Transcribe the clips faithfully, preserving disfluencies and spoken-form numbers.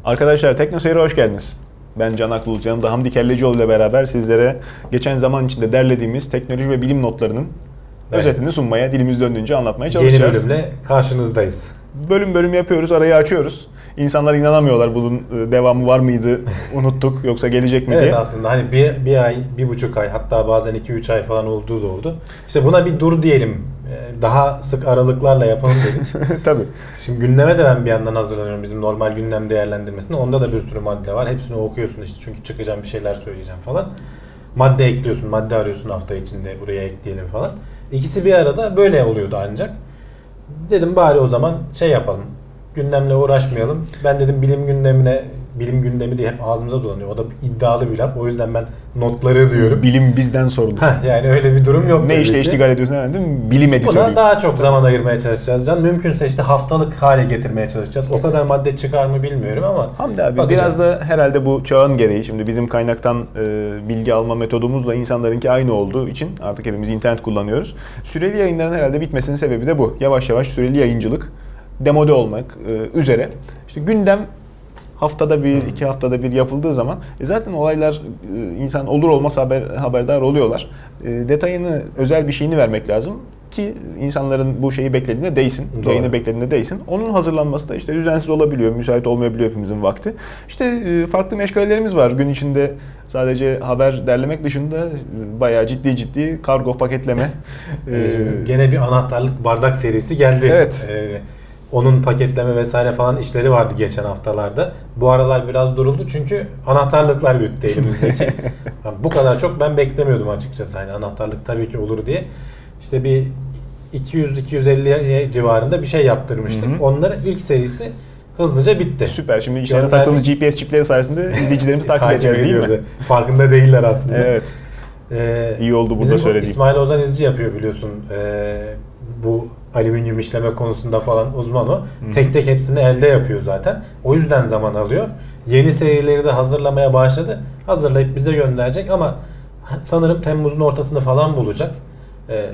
Arkadaşlar TeknoSeyir'e hoş geldiniz. Ben Can Akbulut, yanımda Hamdi Kellecioğlu ile beraber sizlere geçen zaman içinde derlediğimiz teknoloji ve bilim notlarının evet. özetini sunmaya, dilimiz döndüğünce anlatmaya çalışacağız. Yeni bölümle karşınızdayız. Bölüm bölüm yapıyoruz, arayı açıyoruz. İnsanlar inanamıyorlar bunun devamı var mıydı, unuttuk yoksa gelecek mi evet, diye. Evet aslında hani bir, bir ay, bir buçuk ay hatta bazen iki üç ay falan olduğu da oldu. İşte buna bir dur diyelim. Daha sık aralıklarla yapalım dedik. Tabii. Şimdi gündeme de ben bir yandan hazırlanıyorum bizim normal gündem değerlendirmesine. Onda da bir sürü madde var. Hepsini okuyorsun işte çünkü çıkacağım bir şeyler söyleyeceğim falan. Madde ekliyorsun, madde arıyorsun hafta içinde buraya ekleyelim falan. İkisi bir arada böyle oluyordu ancak. Dedim bari o zaman şey yapalım. Gündemle uğraşmayalım. Ben dedim bilim gündemine, bilim gündemi diye hep ağzımıza dolanıyor. O da iddialı bir laf. O yüzden ben notları diyorum. Bilim bizden sorulur. Heh, yani öyle bir durum yok. Ne işle iştigal ediyorsun değil mi? Bilim editörü. Buna daha çok zaman ayırmaya çalışacağız Can. Mümkünse işte haftalık hale getirmeye çalışacağız. O kadar madde çıkar mı bilmiyorum ama Hamdi abi bakacağız. Biraz da herhalde bu çağın gereği. Şimdi bizim kaynaktan e, bilgi alma metodumuzla insanlarınki aynı olduğu için artık hepimiz internet kullanıyoruz. Süreli yayınların herhalde bitmesinin sebebi de bu. Yavaş yavaş süreli yayıncılık demode olmak e, üzere. İşte gündem haftada bir, iki haftada bir yapıldığı zaman e zaten olaylar e, insan olur olmaz haber, haberdar oluyorlar. E, detayını, özel bir şeyini vermek lazım ki insanların bu şeyi beklediğinde değsin, Doğru. yayını beklediğinde değsin. Onun hazırlanması da işte düzensiz olabiliyor, müsait olmayabiliyor hepimizin vakti. İşte e, farklı meşgalelerimiz var. Gün içinde sadece haber derlemek dışında e, bayağı ciddi ciddi kargo paketleme. e, Gene bir anahtarlık bardak serisi geldi. Evet. E, Onun paketleme vesaire falan işleri vardı geçen haftalarda. Bu aralar biraz duruldu çünkü anahtarlıklar bitti elimizdeki. Yani bu kadar çok ben beklemiyordum açıkçası. Hani anahtarlık tabii ki olur diye. İşte bir iki yüz iki yüz elli civarında bir şey yaptırmıştık. Hı hı. Onların ilk serisi hızlıca bitti. Süper. Şimdi işlerine taktığımız G P S çipleri sayesinde izleyicilerimizi takip edeceğiz değil mi? Farkında değiller aslında. Evet. Ee, İyi oldu burada söylediğim. İsmail Ozan İzci yapıyor biliyorsun. Ee, bu alüminyum işleme konusunda falan uzman o. Hı-hı. Tek tek hepsini elde yapıyor zaten. O yüzden zaman alıyor. Yeni serileri de hazırlamaya başladı. Hazırlayıp bize gönderecek ama sanırım Temmuz'un ortasını falan bulacak. Ee,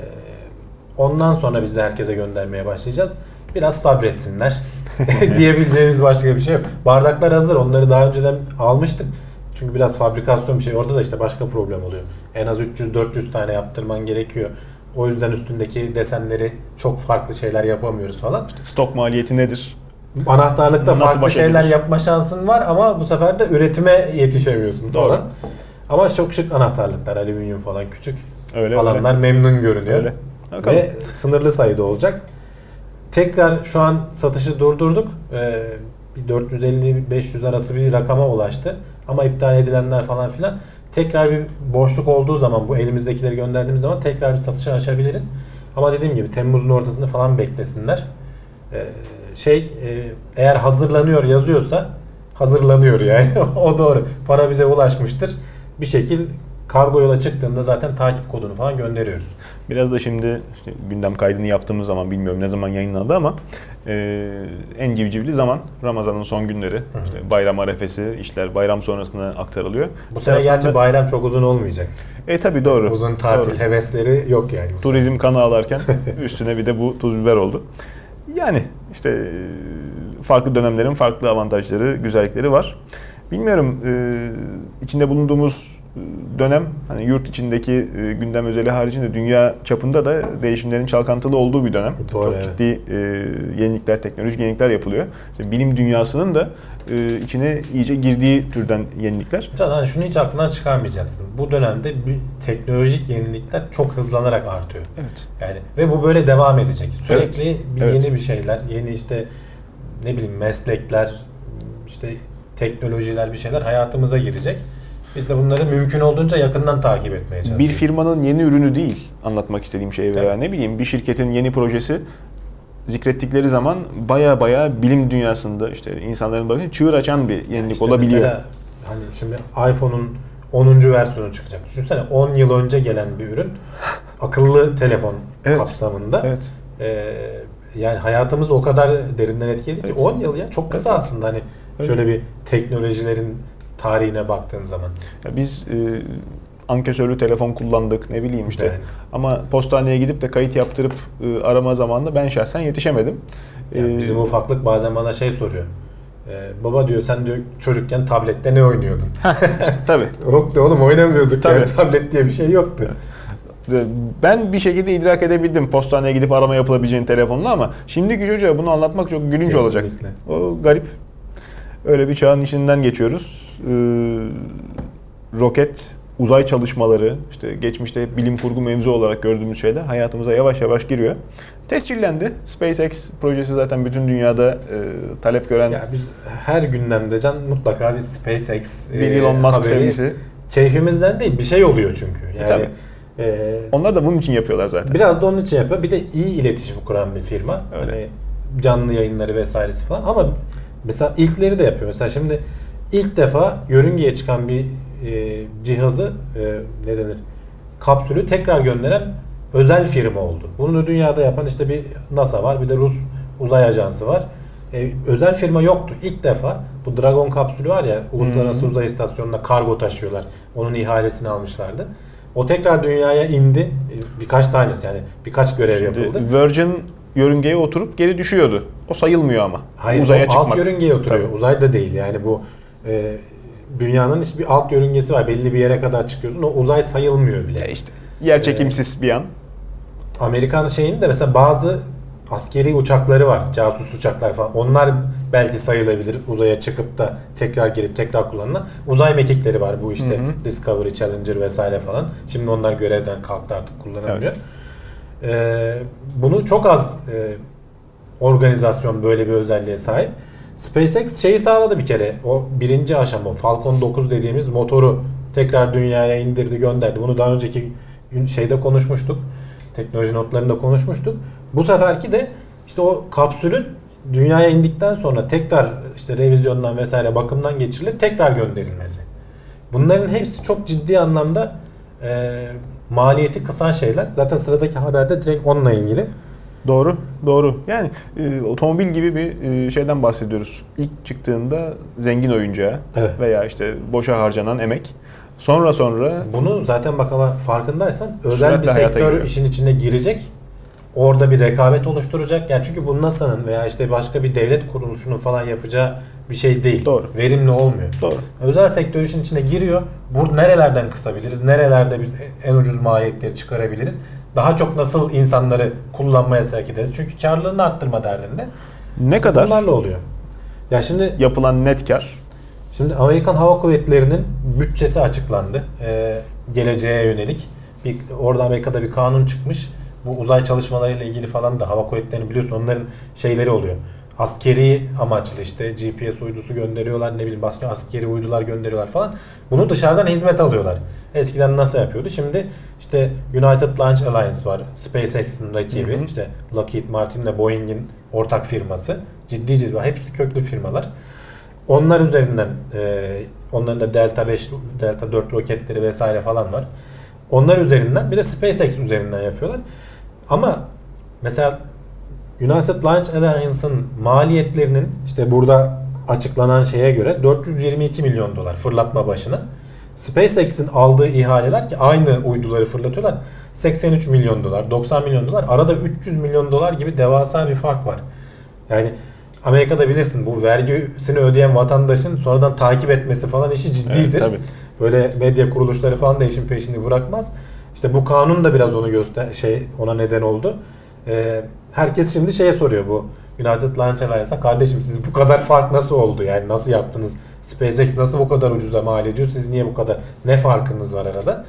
ondan sonra biz de herkese göndermeye başlayacağız. Biraz sabretsinler. Diyebileceğimiz başka bir şey yok. Bardaklar hazır. Onları daha önceden almıştık. Çünkü biraz fabrikasyon bir şey. Orada da işte başka problem oluyor. En az üç yüz dört yüz tane yaptırman gerekiyor. O yüzden üstündeki desenleri çok farklı şeyler yapamıyoruz falan. İşte stok maliyeti nedir? Anahtarlıkta Nasıl farklı şeyler yapma şansın var ama bu sefer de üretime yetişemiyorsun Doğru. falan. Ama çok şık anahtarlıklar, alüminyum falan küçük öyle, falanlar öyle. memnun görünüyor. Öyle. Ve sınırlı sayıda olacak. Tekrar şu an satışı durdurduk. Ee, dört yüz elli beş yüz arası bir rakama ulaştı. Ama iptal edilenler falan filan. Tekrar bir boşluk olduğu zaman bu elimizdekileri gönderdiğimiz zaman tekrar bir satışa açabiliriz. Ama dediğim gibi Temmuz'un ortasını falan beklesinler. Ee, şey e, eğer hazırlanıyor yazıyorsa hazırlanıyor yani. O doğru. Para bize ulaşmıştır. Bir şekil kargo yola çıktığında zaten takip kodunu falan gönderiyoruz. Biraz da şimdi işte gündem kaydını yaptığımız zaman bilmiyorum ne zaman yayınlandı ama e, en civcivli zaman Ramazan'ın son günleri. Hı hı. İşte bayram arefesi, işler bayram sonrasına aktarılıyor. Bu, Bu sene gerçi da, bayram çok uzun olmayacak. E tabi doğru. Uzun tatil doğru. hevesleri yok yani. Turizm kanı ağlarken üstüne bir de bu tuz biber oldu. Yani işte farklı dönemlerin farklı avantajları, güzellikleri var. Bilmiyorum e, içinde bulunduğumuz dönem hani yurt içindeki e, gündem özeli haricinde dünya çapında da değişimlerin çalkantılı olduğu bir dönem. Doğru, Çok evet. ciddi e, yenilikler, teknolojik yenilikler yapılıyor. İşte bilim dünyasının da e, içine iyice girdiği türden yenilikler. Can hani şunu hiç aklından çıkarmayacaksın. Bu dönemde bir teknolojik yenilikler çok hızlanarak artıyor. Evet. Yani ve bu böyle devam edecek. Sürekli evet. bir evet. yeni bir şeyler, yeni işte ne bileyim meslekler, işte teknolojiler bir şeyler hayatımıza girecek. Biz de bunları mümkün olduğunca yakından takip etmeye çalışıyoruz. Bir firmanın yeni ürünü değil anlatmak istediğim şey veya evet. ne bileyim bir şirketin yeni projesi zikrettikleri zaman baya baya bilim dünyasında işte insanların bakın çığır açan bir yenilik işte olabiliyor. Mesela hani şimdi iPhone'un onuncu versiyonu çıkacak. Düşünsene on yıl önce gelen bir ürün akıllı telefon evet. kapsamında. Evet. Ee, yani hayatımızı o kadar derinden etkiledi ki evet. on yıl ya çok kısa evet. aslında hani evet. şöyle bir teknolojilerin tarihine baktığın zaman. Ya biz e, ankesörlü telefon kullandık ne bileyim işte. Evet. Ama postaneye gidip de kayıt yaptırıp e, arama zamanında ben şahsen yetişemedim. Yani ee, bizim ufaklık bazen bana şey soruyor. Ee, baba diyor sen diyor çocukken tablette ne oynuyordun? İşte, tabii. Yok da oğlum oynamıyorduk Tabii. yani tablet diye bir şey yoktu. Ben bir şekilde idrak edebildim postaneye gidip arama yapılabileceğini telefonla ama şimdiki çocuğa bunu anlatmak çok gülünç Kesinlikle. olacak. O garip. Öyle bir çağın içinden geçiyoruz. Ee, roket, uzay çalışmaları, işte geçmişte hep bilim kurgu mevzu olarak gördüğümüz şeyler hayatımıza yavaş yavaş giriyor. Tescillendi. SpaceX projesi zaten bütün dünyada e, talep gören Ya biz her gündemde can mutlaka bir SpaceX bir Elon Musk sevgisi. Keyfimizden değil bir şey oluyor çünkü. Yani E, tabii. e, Onlar da bunun için yapıyorlar zaten. biraz da onun için yapıyor. Bir de iyi iletişim kuran bir firma. Öyle. Hani canlı yayınları vesairesi falan ama mesela ilkleri de yapıyor. Mesela şimdi ilk defa yörüngeye çıkan bir e, cihazı e, ne denir? Kapsülü tekrar gönderen özel firma oldu. Bunu dünyada yapan işte bir NASA var, bir de Rus uzay ajansı var. E, özel firma yoktu. İlk defa bu Dragon kapsülü var ya, Uluslararası Hmm. Uzay İstasyonu'na kargo taşıyorlar. Onun ihalesini almışlardı. O tekrar dünyaya indi. E, birkaç tanesi yani birkaç görev Şimdi yapıldı. Virgin yörüngeye oturup geri düşüyordu. O sayılmıyor ama. Hayır, Uzaya o çıkmak. alt yörüngeye oturuyor. Tabii. Uzayda değil yani bu e, dünyanın hiçbir alt yörüngesi var. Belli bir yere kadar çıkıyorsun. O uzay sayılmıyor bile. E işte yer çekimsiz bir an. Amerikan şeyinin de mesela bazı askeri uçakları var. Casus uçaklar falan. Onlar belki sayılabilir. Uzaya çıkıp da tekrar gelip tekrar kullanılan. Uzay mekikleri var bu işte. Hı hı. Discovery, Challenger vesaire falan. Şimdi onlar görevden kalktı artık kullanılmıyor. Ee, bunu çok az e, organizasyon böyle bir özelliğe sahip. SpaceX şeyi sağladı bir kere. O birinci aşama Falcon dokuz dediğimiz motoru tekrar dünyaya indirdi, gönderdi. Bunu daha önceki gün şeyde konuşmuştuk. Teknoloji notlarında konuşmuştuk. Bu seferki de işte o kapsülün dünyaya indikten sonra tekrar işte revizyondan vesaire bakımdan geçirilip tekrar gönderilmesi. Bunların hepsi çok ciddi anlamda e, maliyeti kısan şeyler. Zaten sıradaki haberde direkt onunla ilgili. Doğru, doğru. Yani e, otomobil gibi bir e, şeyden bahsediyoruz. İlk çıktığında zengin oyuncağı Evet. veya işte boşa harcanan emek. Sonra sonra Bunu zaten bak ama farkındaysan özel Süratle bir hayata sektör giriyor. işin içine girecek. Orada bir rekabet oluşturacak. Yani çünkü bu NASA'nın veya işte başka bir devlet kuruluşunun falan yapacağı bir şey değil. Doğru. Verimli olmuyor. doğru. Özel sektör işin içine giriyor. Bu nerelerden kısabiliriz? Nerelerde biz en ucuz maliyetleri çıkarabiliriz? Daha çok nasıl insanları kullanmaya sevk ederiz? Çünkü karlılığını arttırma derdinde. Ne İşte kadar bunlarla oluyor. Ya şimdi yapılan net kar? Şimdi Amerikan Hava Kuvvetleri'nin bütçesi açıklandı. Ee, geleceğe yönelik. Bir, orada Amerika'da bir kanun çıkmış. Bu uzay çalışmalarıyla ilgili falan da Hava Kuvvetleri'ni biliyorsun onların şeyleri oluyor. Askeri amaçlı işte G P S uydusu gönderiyorlar, ne bileyim başka askeri uydular gönderiyorlar falan. Bunu dışarıdan hizmet alıyorlar. Eskiden NASA yapıyordu. Şimdi işte United Launch Alliance var. SpaceX'in rakibi. Hı hı. İşte Lockheed Martin ile Boeing'in ortak firması. Ciddi ciddi. Hepsi köklü firmalar. Onlar üzerinden e, onların da Delta beş, Delta dört roketleri vesaire falan var. Onlar üzerinden bir de SpaceX üzerinden yapıyorlar. Ama mesela United Launch Alliance'ın maliyetlerinin işte burada açıklanan şeye göre dört yüz yirmi iki milyon dolar fırlatma başına. SpaceX'in aldığı ihaleler ki aynı uyduları fırlatıyorlar. seksen üç milyon dolar, doksan milyon dolar. Arada üç yüz milyon dolar gibi devasa bir fark var. Yani Amerika'da bilirsin bu vergisini ödeyen vatandaşın sonradan takip etmesi falan işi ciddidir. Evet, tabii. Böyle medya kuruluşları falan da işin peşini bırakmaz. İşte bu kanun da biraz onu göster şey ona neden oldu. Ee, herkes şimdi şeye soruyor bu United Launch Alliance'a, kardeşim siz bu kadar fark nasıl oldu? Yani nasıl yaptınız? SpaceX nasıl bu kadar ucuza mal ediyor? Siz niye bu kadar? Ne farkınız var arada?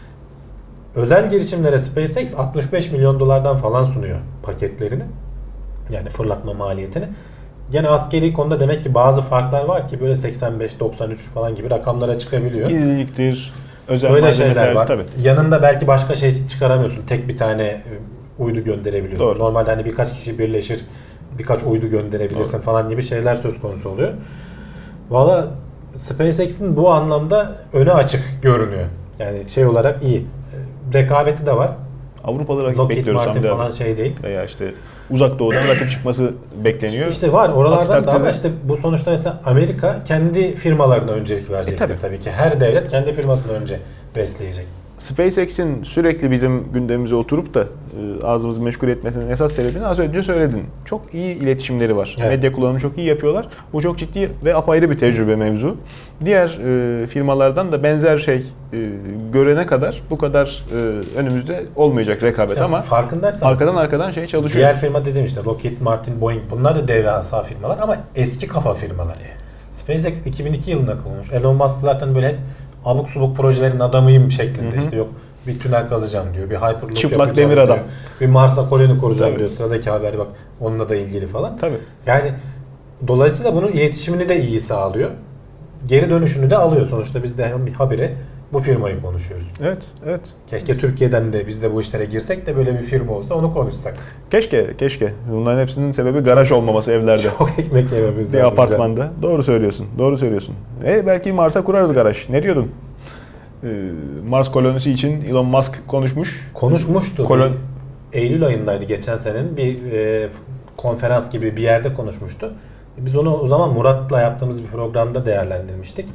Özel girişimlere SpaceX altmış beş milyon dolardan falan sunuyor paketlerini. Yani fırlatma maliyetini. Gene askeri konuda demek ki bazı farklar var ki böyle seksen beş doksan üç falan gibi rakamlara çıkabiliyor. Gizliliktir, özel Öyle malzemeler, şeyler var. tabii. Yanında belki başka şey çıkaramıyorsun. Tek bir tane e, uydu gönderebiliyorsun. Doğru. Normalde hani birkaç kişi birleşir, birkaç uydu gönderebilirsin Doğru. falan gibi şeyler söz konusu oluyor. Valla SpaceX'in bu anlamda önü açık görünüyor. Yani şey olarak iyi. Rekabeti de var. Avrupalı rakip Lockheed bekliyoruz Martin Hamdi falan abi. şey değil. Veya işte uzak doğudan rakip çıkması bekleniyor. İşte var oralardan da Aksi ama takdirde- işte bu sonuçta mesela Amerika kendi firmalarına öncelik verecektir E, tabii. tabii ki. Her devlet kendi firmasını önce besleyecek. SpaceX'in sürekli bizim gündemimize oturup da e, ağzımızı meşgul etmesinin esas sebebini az önce söyledin. Çok iyi iletişimleri var. Evet. Medya kullanımı çok iyi yapıyorlar. Bu çok ciddi ve apayrı bir tecrübe mevzu. Diğer e, firmalardan da benzer şey e, görene kadar bu kadar e, önümüzde olmayacak rekabet Sen ama farkındaysan arkadan arkadan şey çalışıyor. Diğer firma dediğim işte Lockheed Martin, Boeing bunlar da devasa firmalar ama eski kafa firmalar yani. SpaceX iki bin iki yılında kurulmuş. Elon Musk zaten böyle abuk subuk projelerin adamıyım şeklinde. Hı hı. İşte yok bir tünel kazacağım diyor. Bir Hyperloop çıplak demir adam. Diyor. Bir Mars'a koloni kuracağım Tabii. diyor. Sıradaki haberi bak onunla da ilgili falan. Tabii. Yani dolayısıyla bunun iletişimini de iyi sağlıyor. Geri dönüşünü de alıyor. Sonuçta biz de bir habire bu firmayı konuşuyoruz. Evet, evet. Keşke Türkiye'den de biz de bu işlere girsek de böyle bir firma olsa onu konuşsak. Keşke, keşke. Bunların hepsinin sebebi garaj olmaması evlerde. Çok ekmek yememiz lazım. Bir apartmanda. Canım. Doğru söylüyorsun, doğru söylüyorsun. E belki Mars'a kurarız garaj. Ne diyordun? Ee, Mars kolonisi için Elon Musk konuşmuş. Konuşmuştu. Kolon... Eylül ayındaydı geçen senenin bir e, konferans gibi bir yerde konuşmuştu. Biz onu o zaman Murat'la yaptığımız bir programda değerlendirmiştik.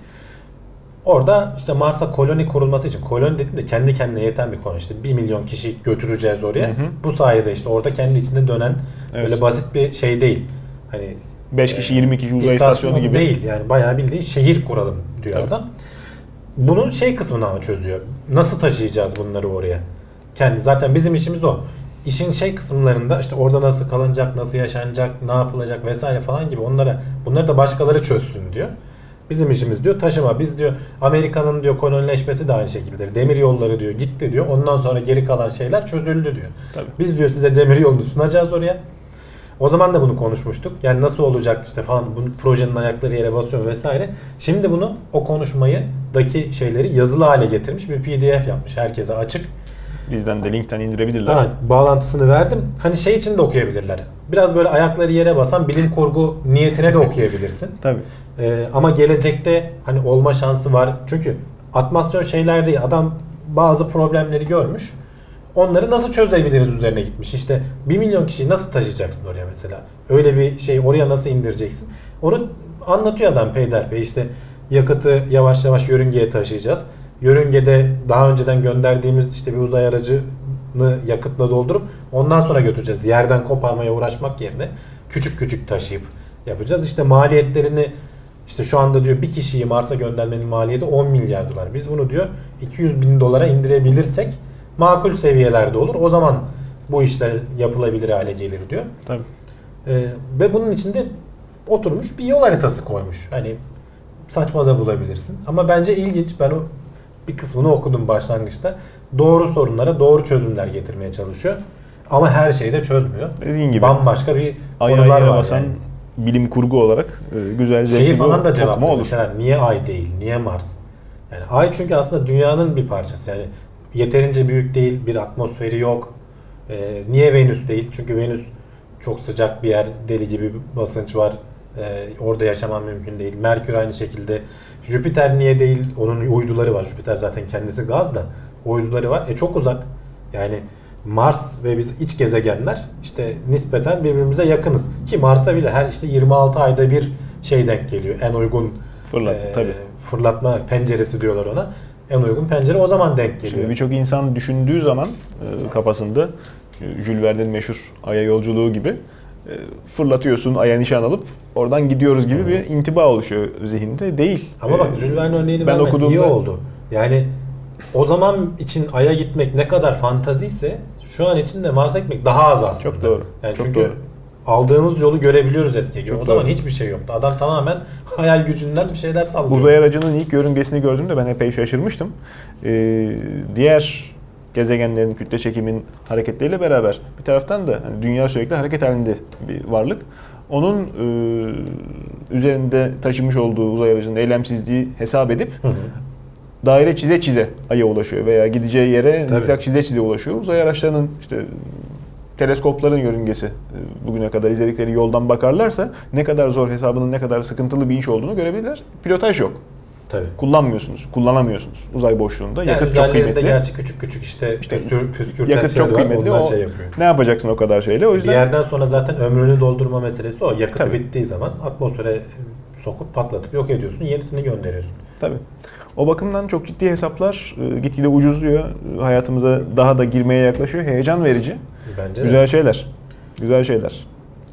Orada işte Mars'a koloni kurulması için, koloni dedim de kendi kendine yeten bir konu işte bir milyon kişi götüreceğiz oraya. Hı hı. Bu sayede işte orada kendi içinde dönen evet. Öyle basit bir şey değil. Hani beş kişi yirmi kişi uzay istasyonu gibi. Değil yani bayağı bildiğin şehir kuralım diyor evet. Adam. Bunun şey kısmını ama çözüyor. Nasıl taşıyacağız bunları oraya? Kendi zaten bizim işimiz o. İşin şey kısımlarında işte orada nasıl kalınacak, nasıl yaşanacak, ne yapılacak vesaire falan gibi onlara bunları da başkaları çözsün diyor. Bizim işimiz diyor taşıma. Biz diyor Amerika'nın diyor kolonileşmesi de aynı şekildedir. Demir yolları diyor gitti diyor. Ondan sonra geri kalan şeyler çözüldü diyor. Tabii. Biz diyor size demir yolunu sunacağız oraya. O zaman da bunu konuşmuştuk. Yani nasıl olacak işte falan bu projenin ayakları yere basıyor vesaire. Şimdi bunu o konuşmayı daki şeyleri yazılı hale getirmiş bir P D F yapmış. Herkese açık. Bizden de linkten indirebilirler. Ha, bağlantısını verdim. Hani şey için de okuyabilirler. Biraz böyle ayakları yere basan bilim kurgu niyetine de okuyabilirsin. Tabii. Ee, ama gelecekte hani olma şansı var. Çünkü atmosfer şeyler değil. Adam bazı problemleri görmüş. Onları nasıl çözebiliriz üzerine gitmiş. İşte bir milyon kişiyi nasıl taşıyacaksın oraya mesela? Öyle bir şey oraya nasıl indireceksin? Onu anlatıyor adam peyderpey. İşte yakıtı yavaş yavaş yörüngeye taşıyacağız. Yörüngede daha önceden gönderdiğimiz işte bir uzay aracını yakıtla doldurup ondan sonra götüreceğiz. Yerden koparmaya uğraşmak yerine küçük küçük taşıyıp yapacağız. İşte maliyetlerini işte şu anda diyor bir kişiyi Mars'a göndermenin maliyeti on milyar dolar. Biz bunu diyor iki yüz bin dolara indirebilirsek makul seviyelerde olur. O zaman bu işler yapılabilir hale gelir diyor. Tabii. Ee, ve bunun içinde oturmuş bir yol haritası koymuş. Hani saçma da bulabilirsin. Ama bence ilginç. Ben o bir kısmını okudum başlangıçta. Doğru sorunlara doğru çözümler getirmeye çalışıyor. Ama her şeyi de çözmüyor. Dediğin gibi. Bambaşka bir konular var. Ayağa basan yani. Bilim kurgu olarak e, güzel zevkli şeyi falan da cevap olur. Mesela niye Ay değil? Niye Mars? Yani Ay çünkü aslında dünyanın bir parçası. Yani yeterince büyük değil, bir atmosferi yok. Ee, niye Venüs değil? Çünkü Venüs çok sıcak bir yer, deli gibi bir basınç var. Ee, orada yaşaman mümkün değil. Merkür aynı şekilde. Jüpiter niye değil? Onun uyduları var. Jüpiter zaten kendisi gaz da. Uyduları var. E çok uzak. Yani Mars ve biz iç gezegenler işte nispeten birbirimize yakınız. Ki Mars'a bile her işte yirmi altı ayda bir şey denk geliyor. En uygun Fırlat, e, tabii. fırlatma penceresi diyorlar ona. En uygun pencere o zaman denk geliyor. Birçok insan düşündüğü zaman e, kafasında Jules Verne'in meşhur Ay'a yolculuğu gibi e, fırlatıyorsun, Ay'a nişan alıp oradan gidiyoruz gibi bir intiba oluşuyor zihninde. Değil. Ama bak Jules Verne örneğini ben okuduğumda iyi oldu. Yani o zaman için Ay'a gitmek ne kadar fantezi ise şu an için de Mars'a gitmek daha az aslında. Çok doğru. Yani çok çünkü doğru. aldığımız yolu görebiliyoruz eskiye göre. O zaman doğru. hiçbir şey yoktu. Adam tamamen hayal gücünden bir şeyler sallıyor. Uzay aracının ilk yörüngesini gördüğümde ben epey şaşırmıştım. Ee, diğer gezegenlerin kütle çekimin hareketleriyle beraber bir taraftan da hani dünya sürekli hareket halinde bir varlık. Onun e, üzerinde taşımış olduğu uzay aracının eylemsizliği hesap edip hı hı. daire çize çize Ay'a ulaşıyor veya gideceği yere zikzak çize çize ulaşıyor. Uzay araçlarının işte teleskopların yörüngesi bugüne kadar izledikleri yoldan bakarlarsa ne kadar zor hesabının ne kadar sıkıntılı bir iş olduğunu görebilirler. Pilotaj yok. Tabii. Kullanmıyorsunuz, kullanamıyorsunuz uzay boşluğunda. Yani yakıt çok kıymetli. Gerçi küçük küçük işte, işte püskür, püskürten yakıt çok kıymetli. O, şey yapıyor. Ne yapacaksın o kadar şeyle? O yüzden bir yerden sonra zaten ömrünü doldurma meselesi o. Yakıtı Tabii. bittiği zaman atmosfere sokup patlatıp yok ediyorsun. Yenisini gönderiyorsun. Tabii. O bakımdan çok ciddi hesaplar e, gitgide ucuzluyor. E, hayatımıza daha da girmeye yaklaşıyor. Heyecan verici. Bence Güzel de. şeyler. Güzel şeyler.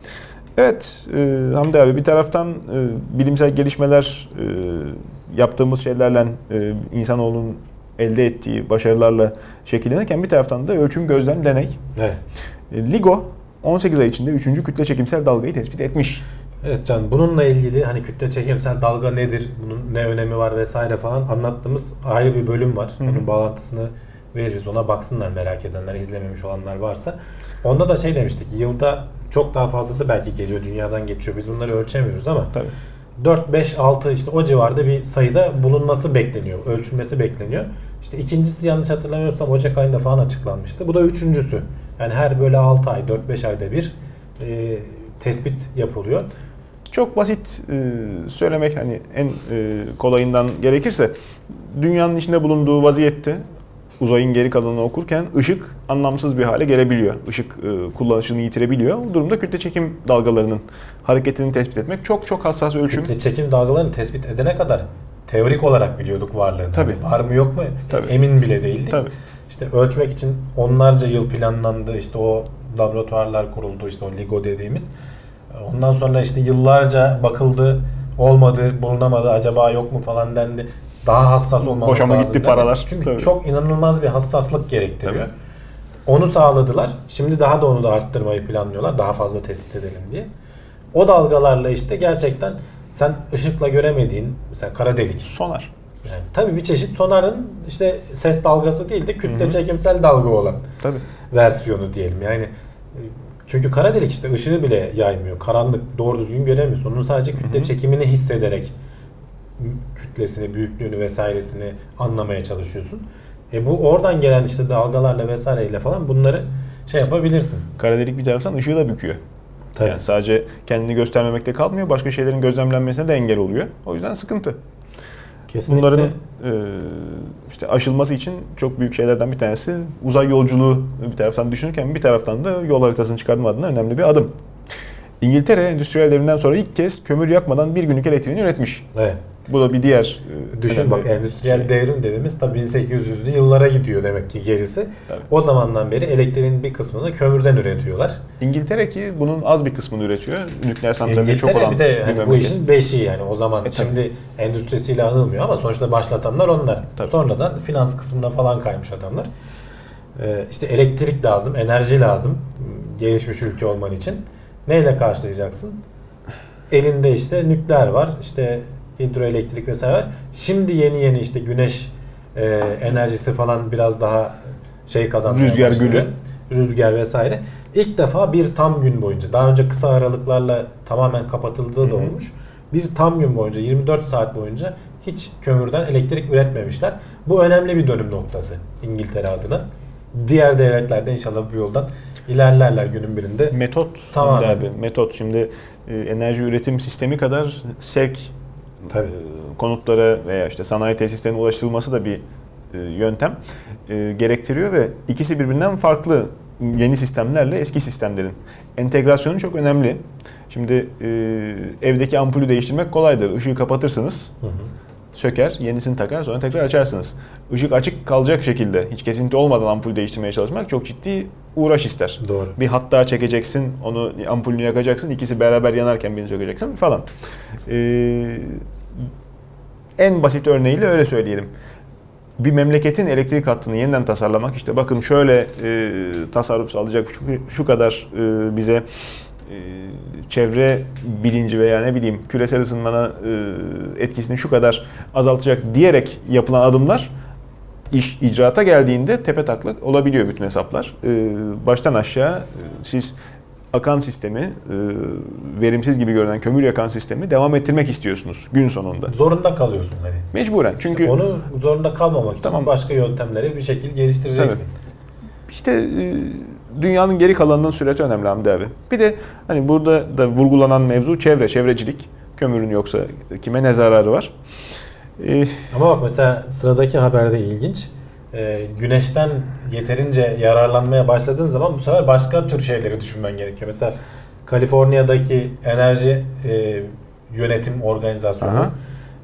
Evet e, Hamdi abi bir taraftan e, bilimsel gelişmeler e, yaptığımız şeylerle e, insanoğlunun elde ettiği başarılarla şekillenirken bir taraftan da ölçüm, gözlem, deney. Evet. E, LIGO on sekiz ay içinde üçüncü kütle çekimsel dalgayı tespit etmiş. Evet Can, bununla ilgili hani kütle çekimsel dalga nedir, bunun ne önemi var vesaire falan anlattığımız ayrı bir bölüm var. Hı hı. Onun bağlantısını veririz. Ona baksınlar merak edenler, izlememiş olanlar varsa. Onda da şey demiştik, yılda çok daha fazlası belki geliyor, dünyadan geçiyor. Biz bunları ölçemiyoruz ama Tabii. dört, beş, altı işte o civarda bir sayıda bulunması bekleniyor, ölçülmesi bekleniyor. İşte ikincisi yanlış hatırlamıyorsam Ocak ayında falan açıklanmıştı. Bu da üçüncüsü. Yani her böyle altı ay, dört beş ayda bir e, tespit yapılıyor. Çok basit e, söylemek hani en e, kolayından gerekirse dünyanın içinde bulunduğu vaziyette uzayın geri kalanını okurken ışık anlamsız bir hale gelebiliyor. Işık e, kullanışını yitirebiliyor. Bu durumda kütle çekim dalgalarının hareketini tespit etmek çok çok hassas ölçüm. Kütle çekim dalgalarını tespit edene kadar teorik olarak biliyorduk varlığını. Tabii. Yani var mı yok mu Tabii. emin bile değildik. Tabii. İşte ölçmek için onlarca yıl planlandı. İşte o laboratuvarlar kuruldu. İşte o LIGO dediğimiz. Ondan sonra işte yıllarca bakıldı, olmadı, bulunamadı, acaba yok mu falan dendi. Daha hassas olmamız Boşa mı lazım gitti dendi. paralar? Çünkü Tabii. çok inanılmaz bir hassaslık gerektiriyor. Tabii. Onu sağladılar. Şimdi daha da onu da arttırmayı planlıyorlar. Daha fazla tespit edelim diye. O dalgalarla işte gerçekten sen ışıkla göremediğin mesela kara delik. Sonar. Yani tabii bir çeşit sonarın işte ses dalgası değil de kütle Hı hı. çekimsel dalga olan Tabii. versiyonu diyelim. Yani çünkü kara delik işte ışığı bile yaymıyor. Karanlık, doğru düzgün göremiyorsun. Onun sadece kütle Hı hı. çekimini hissederek kütlesini, büyüklüğünü vesairesini anlamaya çalışıyorsun. E bu oradan gelen işte dalgalarla vesaireyle falan bunları şey yapabilirsin. Kara delik bir taraftan ışığı da büküyor. Tabii. Yani sadece kendini göstermemekte kalmıyor, başka şeylerin gözlemlenmesine de engel oluyor. O yüzden sıkıntı. Kesinlikle. Bunların e, işte aşılması için çok büyük şeylerden bir tanesi uzay yolculuğu bir taraftan düşünürken bir taraftan da yol haritasını çıkarma adına önemli bir adım. İngiltere endüstriyel devrimden sonra ilk kez kömür yakmadan bir günlük elektriğini üretmiş. Evet. Bu da bir diğer e, Düşün bak, önemli endüstriyel şey. devrim dediğimiz tabii bin sekiz yüzlü yıllara gidiyor demek ki gerisi. Tabii. O zamandan beri elektriğin bir kısmını kömürden üretiyorlar. İngiltere ki bunun az bir kısmını üretiyor. Nükleer santralde çok İngiltere olan bir de hani bu memleket. işin beşi yani o zaman. E, tabii. Şimdi endüstrisiyle anılmıyor ama sonuçta başlatanlar onlar. Tabii. Sonradan finans kısmına falan kaymış adamlar. Ee, işte elektrik lazım, enerji lazım gelişmiş ülke olman için. Neyle karşılayacaksın? Elinde işte nükleer var, işte hidroelektrik vesaire var. Şimdi yeni yeni işte güneş e, enerjisi falan biraz daha şey kazanmaya Rüzgar başladı. gülü. Rüzgar vesaire. İlk defa bir tam gün boyunca, daha önce kısa aralıklarla tamamen kapatıldığı da Hı hı. olmuş. Bir tam gün boyunca, yirmi dört saat boyunca hiç kömürden elektrik üretmemişler. Bu önemli bir dönüm noktası İngiltere adına. Diğer devletler de inşallah bu yoldan ilerlerler günün birinde. Metot. Tamamen. Şimdi abi, metot. Şimdi e, enerji üretim sistemi kadar sevk Tabii. e, konutlara veya işte sanayi tesislerine ulaştırılması da bir e, yöntem e, gerektiriyor ve ikisi birbirinden farklı yeni sistemlerle eski sistemlerin entegrasyonu çok önemli. Şimdi e, evdeki ampulü değiştirmek kolaydır. Işığı kapatırsınız. Hı hı. Söker, yenisini takar, sonra tekrar açarsınız. Işık açık kalacak şekilde hiç kesinti olmadan ampul değiştirmeye çalışmak çok ciddi uğraş ister. Doğru. Bir hat daha çekeceksin, onu ampulünü yakacaksın, ikisi beraber yanarken birini sökeceksin falan. Ee, en basit örneğiyle öyle söyleyelim. Bir memleketin elektrik hattını yeniden tasarlamak, işte bakın şöyle e, tasarruf sağlayacak, şu, şu kadar e, bize e, çevre bilinci veya ne bileyim küresel ısınmana e, etkisini şu kadar azaltacak diyerek yapılan adımlar iş icraata geldiğinde tepetaklak olabiliyor bütün hesaplar. E, baştan aşağı e, siz akan sistemi, e, verimsiz gibi görünen kömür yakan sistemi devam ettirmek istiyorsunuz gün sonunda. Zorunda kalıyorsun hani. Mecburen. Çünkü İşte onu zorunda kalmamak için Tamam. başka yöntemleri bir şekilde geliştireceksin. İşte e, dünyanın geri kalanının süreci önemli Hamdi abi. Bir de hani burada da vurgulanan mevzu çevre, çevrecilik. Kömürün yoksa kime ne zararı var? E, Ama bak mesela sıradaki haberde ilginç. Ee, güneşten yeterince yararlanmaya başladığın zaman bu sefer başka tür şeyleri düşünmen gerekiyor. Mesela Kaliforniya'daki enerji e, yönetim organizasyonu Aha.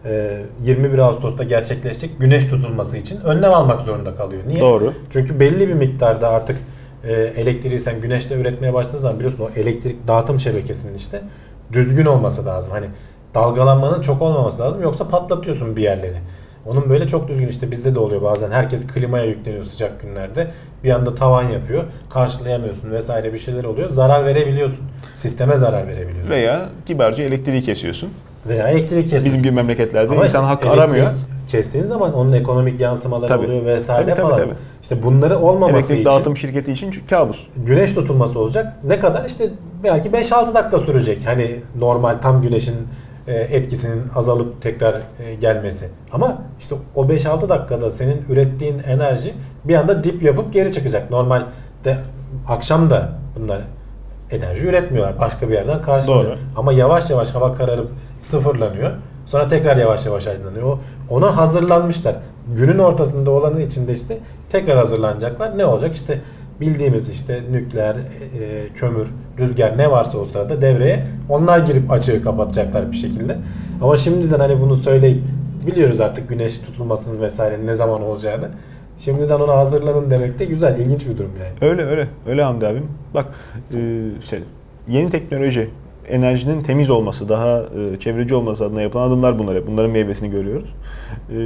yirmi bir Ağustos'ta gerçekleşecek güneş tutulması için önlem almak zorunda kalıyor. Niye? Doğru. Çünkü belli bir miktarda artık elektriği sen güneşle üretmeye başladığın zaman biliyorsun o elektrik dağıtım şebekesinin işte düzgün olması lazım. Hani dalgalanmanın çok olmaması lazım yoksa patlatıyorsun bir yerleri. Onun böyle çok düzgün işte bizde de oluyor bazen. Herkes klimaya yükleniyor sıcak günlerde. Bir anda tavan yapıyor. Karşılayamıyorsun vesaire bir şeyler oluyor. Zarar verebiliyorsun. Sisteme zarar verebiliyorsun. Veya kibarca elektriği kesiyorsun. Veya elektriği kesiyorsun. Bizim gibi memleketlerde ama insan işte hakkı aramıyor. Kestiğin zaman onun ekonomik yansımaları tabii. oluyor vesaire tabii, tabii, falan. tabii. İşte bunları olmaması Elektrik için dağıtım şirketi için kabus. güneş tutulması olacak. Ne kadar? İşte belki beş altı dakika sürecek. Hani normal tam güneşin etkisinin azalıp tekrar gelmesi. Ama işte o beş altı dakikada senin ürettiğin enerji bir anda dip yapıp geri çıkacak. Normalde akşam da bunlar enerji üretmiyorlar. Başka bir yerden karşılıyor. Ama yavaş yavaş hava kararıp sıfırlanıyor. Sonra tekrar yavaş yavaş aydınlanıyor. Ona hazırlanmışlar. Günün ortasında olanı içinde işte tekrar hazırlanacaklar. Ne olacak? İşte bildiğimiz işte nükleer, e, kömür, rüzgar ne varsa o sırada devreye onlar girip açığı kapatacaklar bir şekilde. Ama şimdiden hani bunu söyleyip biliyoruz artık güneş tutulmasının vesaire ne zaman olacağını. Şimdiden ona hazırlanın demek de güzel, ilginç bir durum yani. Öyle öyle. Öyle Hamdi abim. Bak e, işte yeni teknoloji, enerjinin temiz olması, daha e, çevreci olması adına yapılan adımlar bunlar hep. Bunların meyvesini görüyoruz. E,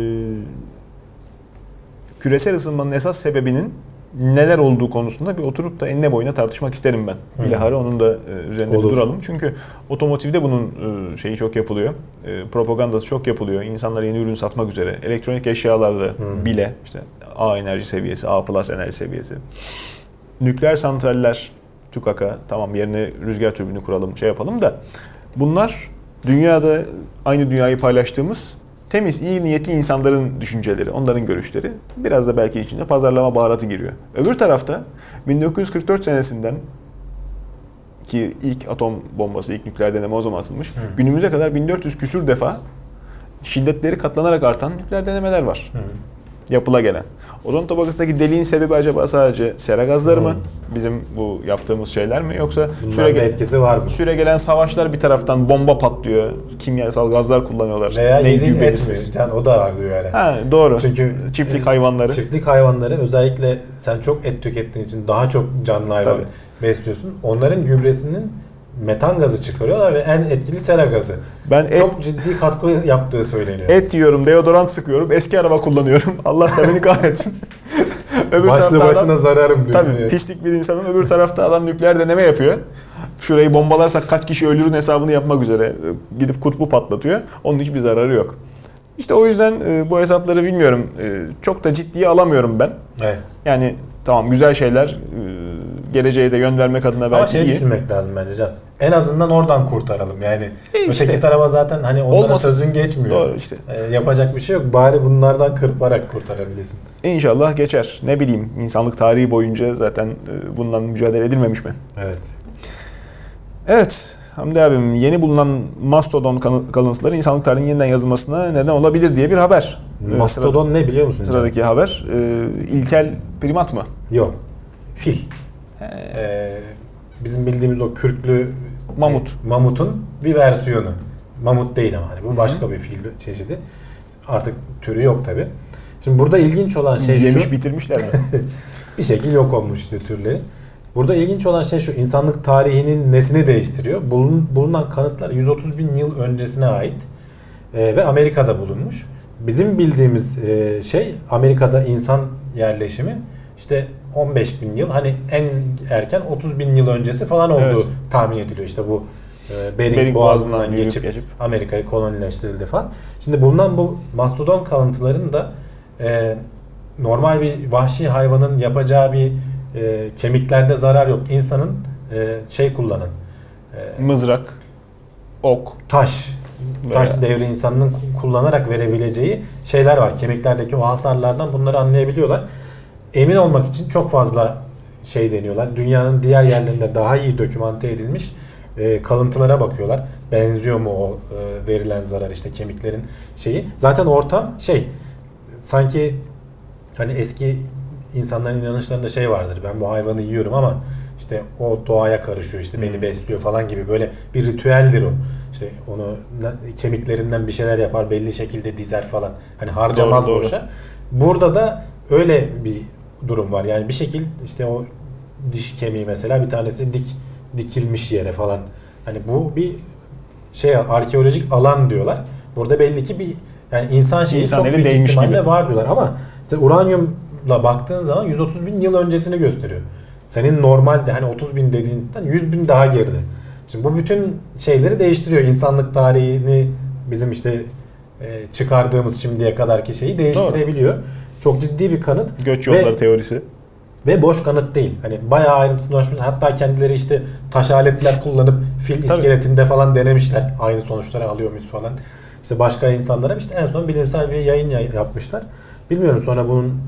küresel ısınmanın esas sebebinin neler olduğu konusunda bir oturup da enine boyuna tartışmak isterim ben. Bilahare onun da e, üzerinde Olur. bir duralım. Çünkü otomotivde bunun e, şeyi çok yapılıyor. E, propagandası çok yapılıyor. İnsanlara yeni ürün satmak üzere. Elektronik eşyalarda hmm. bile işte A enerji seviyesi, A plus enerji seviyesi. Nükleer santraller, TÜKAK'a tamam yerine rüzgar türbini kuralım, şey yapalım da bunlar dünyada aynı dünyayı paylaştığımız temiz, iyi niyetli insanların düşünceleri, onların görüşleri. Biraz da belki içinde pazarlama baharatı giriyor. Öbür tarafta bin dokuz yüz kırk dört senesinden ki ilk atom bombası, ilk nükleer deneme o zaman atılmış. Hı. Günümüze kadar bin dört yüz küsür defa şiddetleri katlanarak artan nükleer denemeler var. Hı. Yapıla gelen. Ozon tabakasındaki deliğin sebebi acaba sadece sera gazları mı? Bizim bu yaptığımız şeyler mi? Yoksa süre gelen etkisi var mı? Süre gelen savaşlar bir taraftan bomba patlıyor. Kimyasal gazlar kullanıyorlar. Veya yediğin et mi? Can, o da var diyor yani. Ha, doğru. Çünkü çiftlik hayvanları. Çiftlik hayvanları özellikle sen çok et tükettiğin için daha çok canlı hayvan Tabii. besliyorsun. Onların gübresinin metan gazı çıkarıyorlar ve en etkili sera gazı. Ben çok et, ciddi katkı yaptığı söyleniyor. Et yiyorum, deodorant sıkıyorum, eski araba kullanıyorum. Allah da beni kahretsin. öbür Başlı başına adam, zararım diyorsun. Tabii yani. Pislik bir insanım. Öbür tarafta adam nükleer deneme yapıyor. Şurayı bombalarsak kaç kişi ölürün hesabını yapmak üzere. Gidip kutbu patlatıyor. Onun hiçbir zararı yok. İşte o yüzden bu hesapları bilmiyorum. Çok da ciddiye alamıyorum ben. Evet. Yani tamam güzel şeyler, geleceğe de yön vermek adına belki iyi. Ama şey iyi. düşünmek lazım bence Can. En azından oradan kurtaralım. Yani e işte, öteki tarafa zaten hani onlara olmasın. Sözün geçmiyor. Doğru işte. Ee, yapacak bir şey yok. Bari bunlardan kırparak kurtarabilirsin. İnşallah geçer. Ne bileyim insanlık tarihi boyunca zaten bundan mücadele edilmemiş mi? Evet. Evet. Hamdi abim yeni bulunan mastodon kalıntıları insanlık tarihinin yeniden yazılmasına neden olabilir diye bir haber. Mastodon ne biliyor musun? Sıradaki canım? haber. E, ilkel primat mı? Yok. Fil. Ee, bizim bildiğimiz o kürklü mamut. E, mamutun bir versiyonu. Mamut değil ama hani bu başka Hı-hı. bir fil çeşidi. Artık türü yok tabi. Şimdi burada ilginç olan şey Yemiş, şu. Yemiş bitirmişler mi? bir şekil yok olmuş işte türleri. Burada ilginç olan şey şu, insanlık tarihinin nesini değiştiriyor. Bulun, bulunan kanıtlar yüz otuz bin yıl öncesine ait e, ve Amerika'da bulunmuş. Bizim bildiğimiz e, şey Amerika'da insan yerleşimi işte on beş bin yıl, hani en erken otuz bin yıl öncesi falan olduğu evet. tahmin ediliyor. İşte bu e, Bering, Bering Boğazı'ndan geçip, geçip Amerika'yı kolonileştirildi falan. Şimdi bulunan bu mastodon kalıntıların da e, normal bir vahşi hayvanın yapacağı bir E, kemiklerde zarar yok. İnsanın e, şey kullanan e, mızrak, ok, taş, taş devri insanının kullanarak verebileceği şeyler var. Kemiklerdeki o hasarlardan bunları anlayabiliyorlar. Emin olmak için çok fazla şey deniyorlar. Dünyanın diğer yerlerinde daha iyi dokümante edilmiş e, kalıntılara bakıyorlar. Benziyor mu o e, verilen zarar, işte kemiklerin şeyi. Zaten ortam şey sanki hani eski İnsanların inanışlarında şey vardır. Ben bu hayvanı yiyorum ama işte o doğaya karışıyor, işte beni besliyor falan gibi böyle bir ritüeldir o. işte onu kemiklerinden bir şeyler yapar, belli şekilde dizer falan. Hani harcamaz Doğru, doğru. boşa. Burada da öyle bir durum var. Yani bir şekil işte o diş kemiği mesela bir tanesi dik dikilmiş yere falan. Hani bu bir şey arkeolojik alan diyorlar. Burada belli ki bir yani insan şeyi İnsan çok eli büyük değmiş ihtimalle gibi. var diyorlar ama işte uranyumla baktığın zaman yüz otuz bin yıl öncesini gösteriyor. Senin normalde hani otuz bin dediğinden yüz bin daha geride. Şimdi bu bütün şeyleri değiştiriyor. İnsanlık tarihini bizim işte e, çıkardığımız şimdiye kadarki şeyi değiştirebiliyor. Doğru. Çok ciddi bir kanıt. Göç yolları ve, teorisi. Ve boş kanıt değil. Hani bayağı ayrıntısını ulaşmış. Hatta kendileri işte taş aletler kullanıp fil iskeletinde falan denemişler. Aynı sonuçları alıyor muyuz falan. İşte başka insanlara işte en son bilimsel bir yayın yapmışlar. Bilmiyorum sonra bunun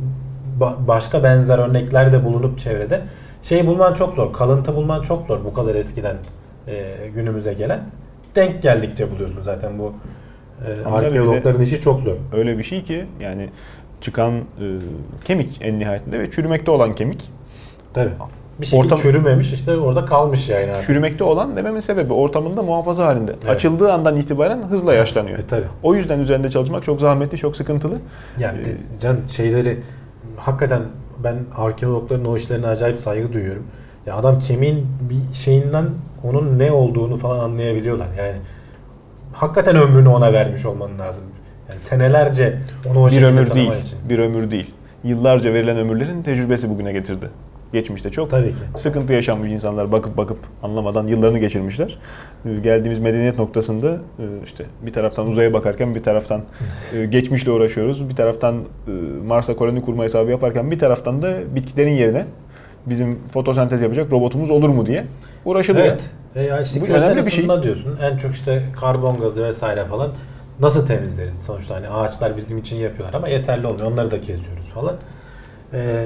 başka benzer örnekler de bulunup çevrede. Şey bulman çok zor. Kalıntı bulman çok zor. Bu kadar eskiden e, günümüze gelen. Denk geldikçe buluyorsun zaten bu e, arkeologların işi çok zor. Öyle bir şey ki yani çıkan e, kemik en nihayetinde ve çürümekte olan kemik. Tabii. Bir şey ortam, çürümemiş işte orada kalmış yani. Artık. Çürümekte olan dememin sebebi ortamında muhafaza halinde. Evet. Açıldığı andan itibaren hızla yaşlanıyor. E, tabii. O yüzden üzerinde çalışmak çok zahmetli, çok sıkıntılı. Yani ee, can şeyleri hakikaten ben arkeologların o işlerine acayip saygı duyuyorum. Ya adam kemiğin bir şeyinden onun ne olduğunu falan anlayabiliyorlar. Yani hakikaten ömrünü ona vermiş olman lazım. Yani senelerce onu o bir şekilde ömür değil, için. Bir ömür değil. Yıllarca verilen ömürlerin tecrübesi bugüne getirdi. Geçmişte çok Tabii ki. sıkıntı yaşanmış insanlar bakıp bakıp anlamadan yıllarını geçirmişler. Geldiğimiz medeniyet noktasında işte bir taraftan uzaya bakarken bir taraftan geçmişle uğraşıyoruz. Bir taraftan Mars'a koloni kurma hesabı yaparken bir taraftan da bitkilerin yerine bizim fotosentez yapacak robotumuz olur mu diye uğraşılıyor. Evet. E ya işte bu önemli bir şey diyorsun. En çok işte karbon gazı vesaire falan nasıl temizleriz? Sonuçta hani ağaçlar bizim için yapıyorlar ama yeterli olmuyor. Onları da kesiyoruz falan. Ee,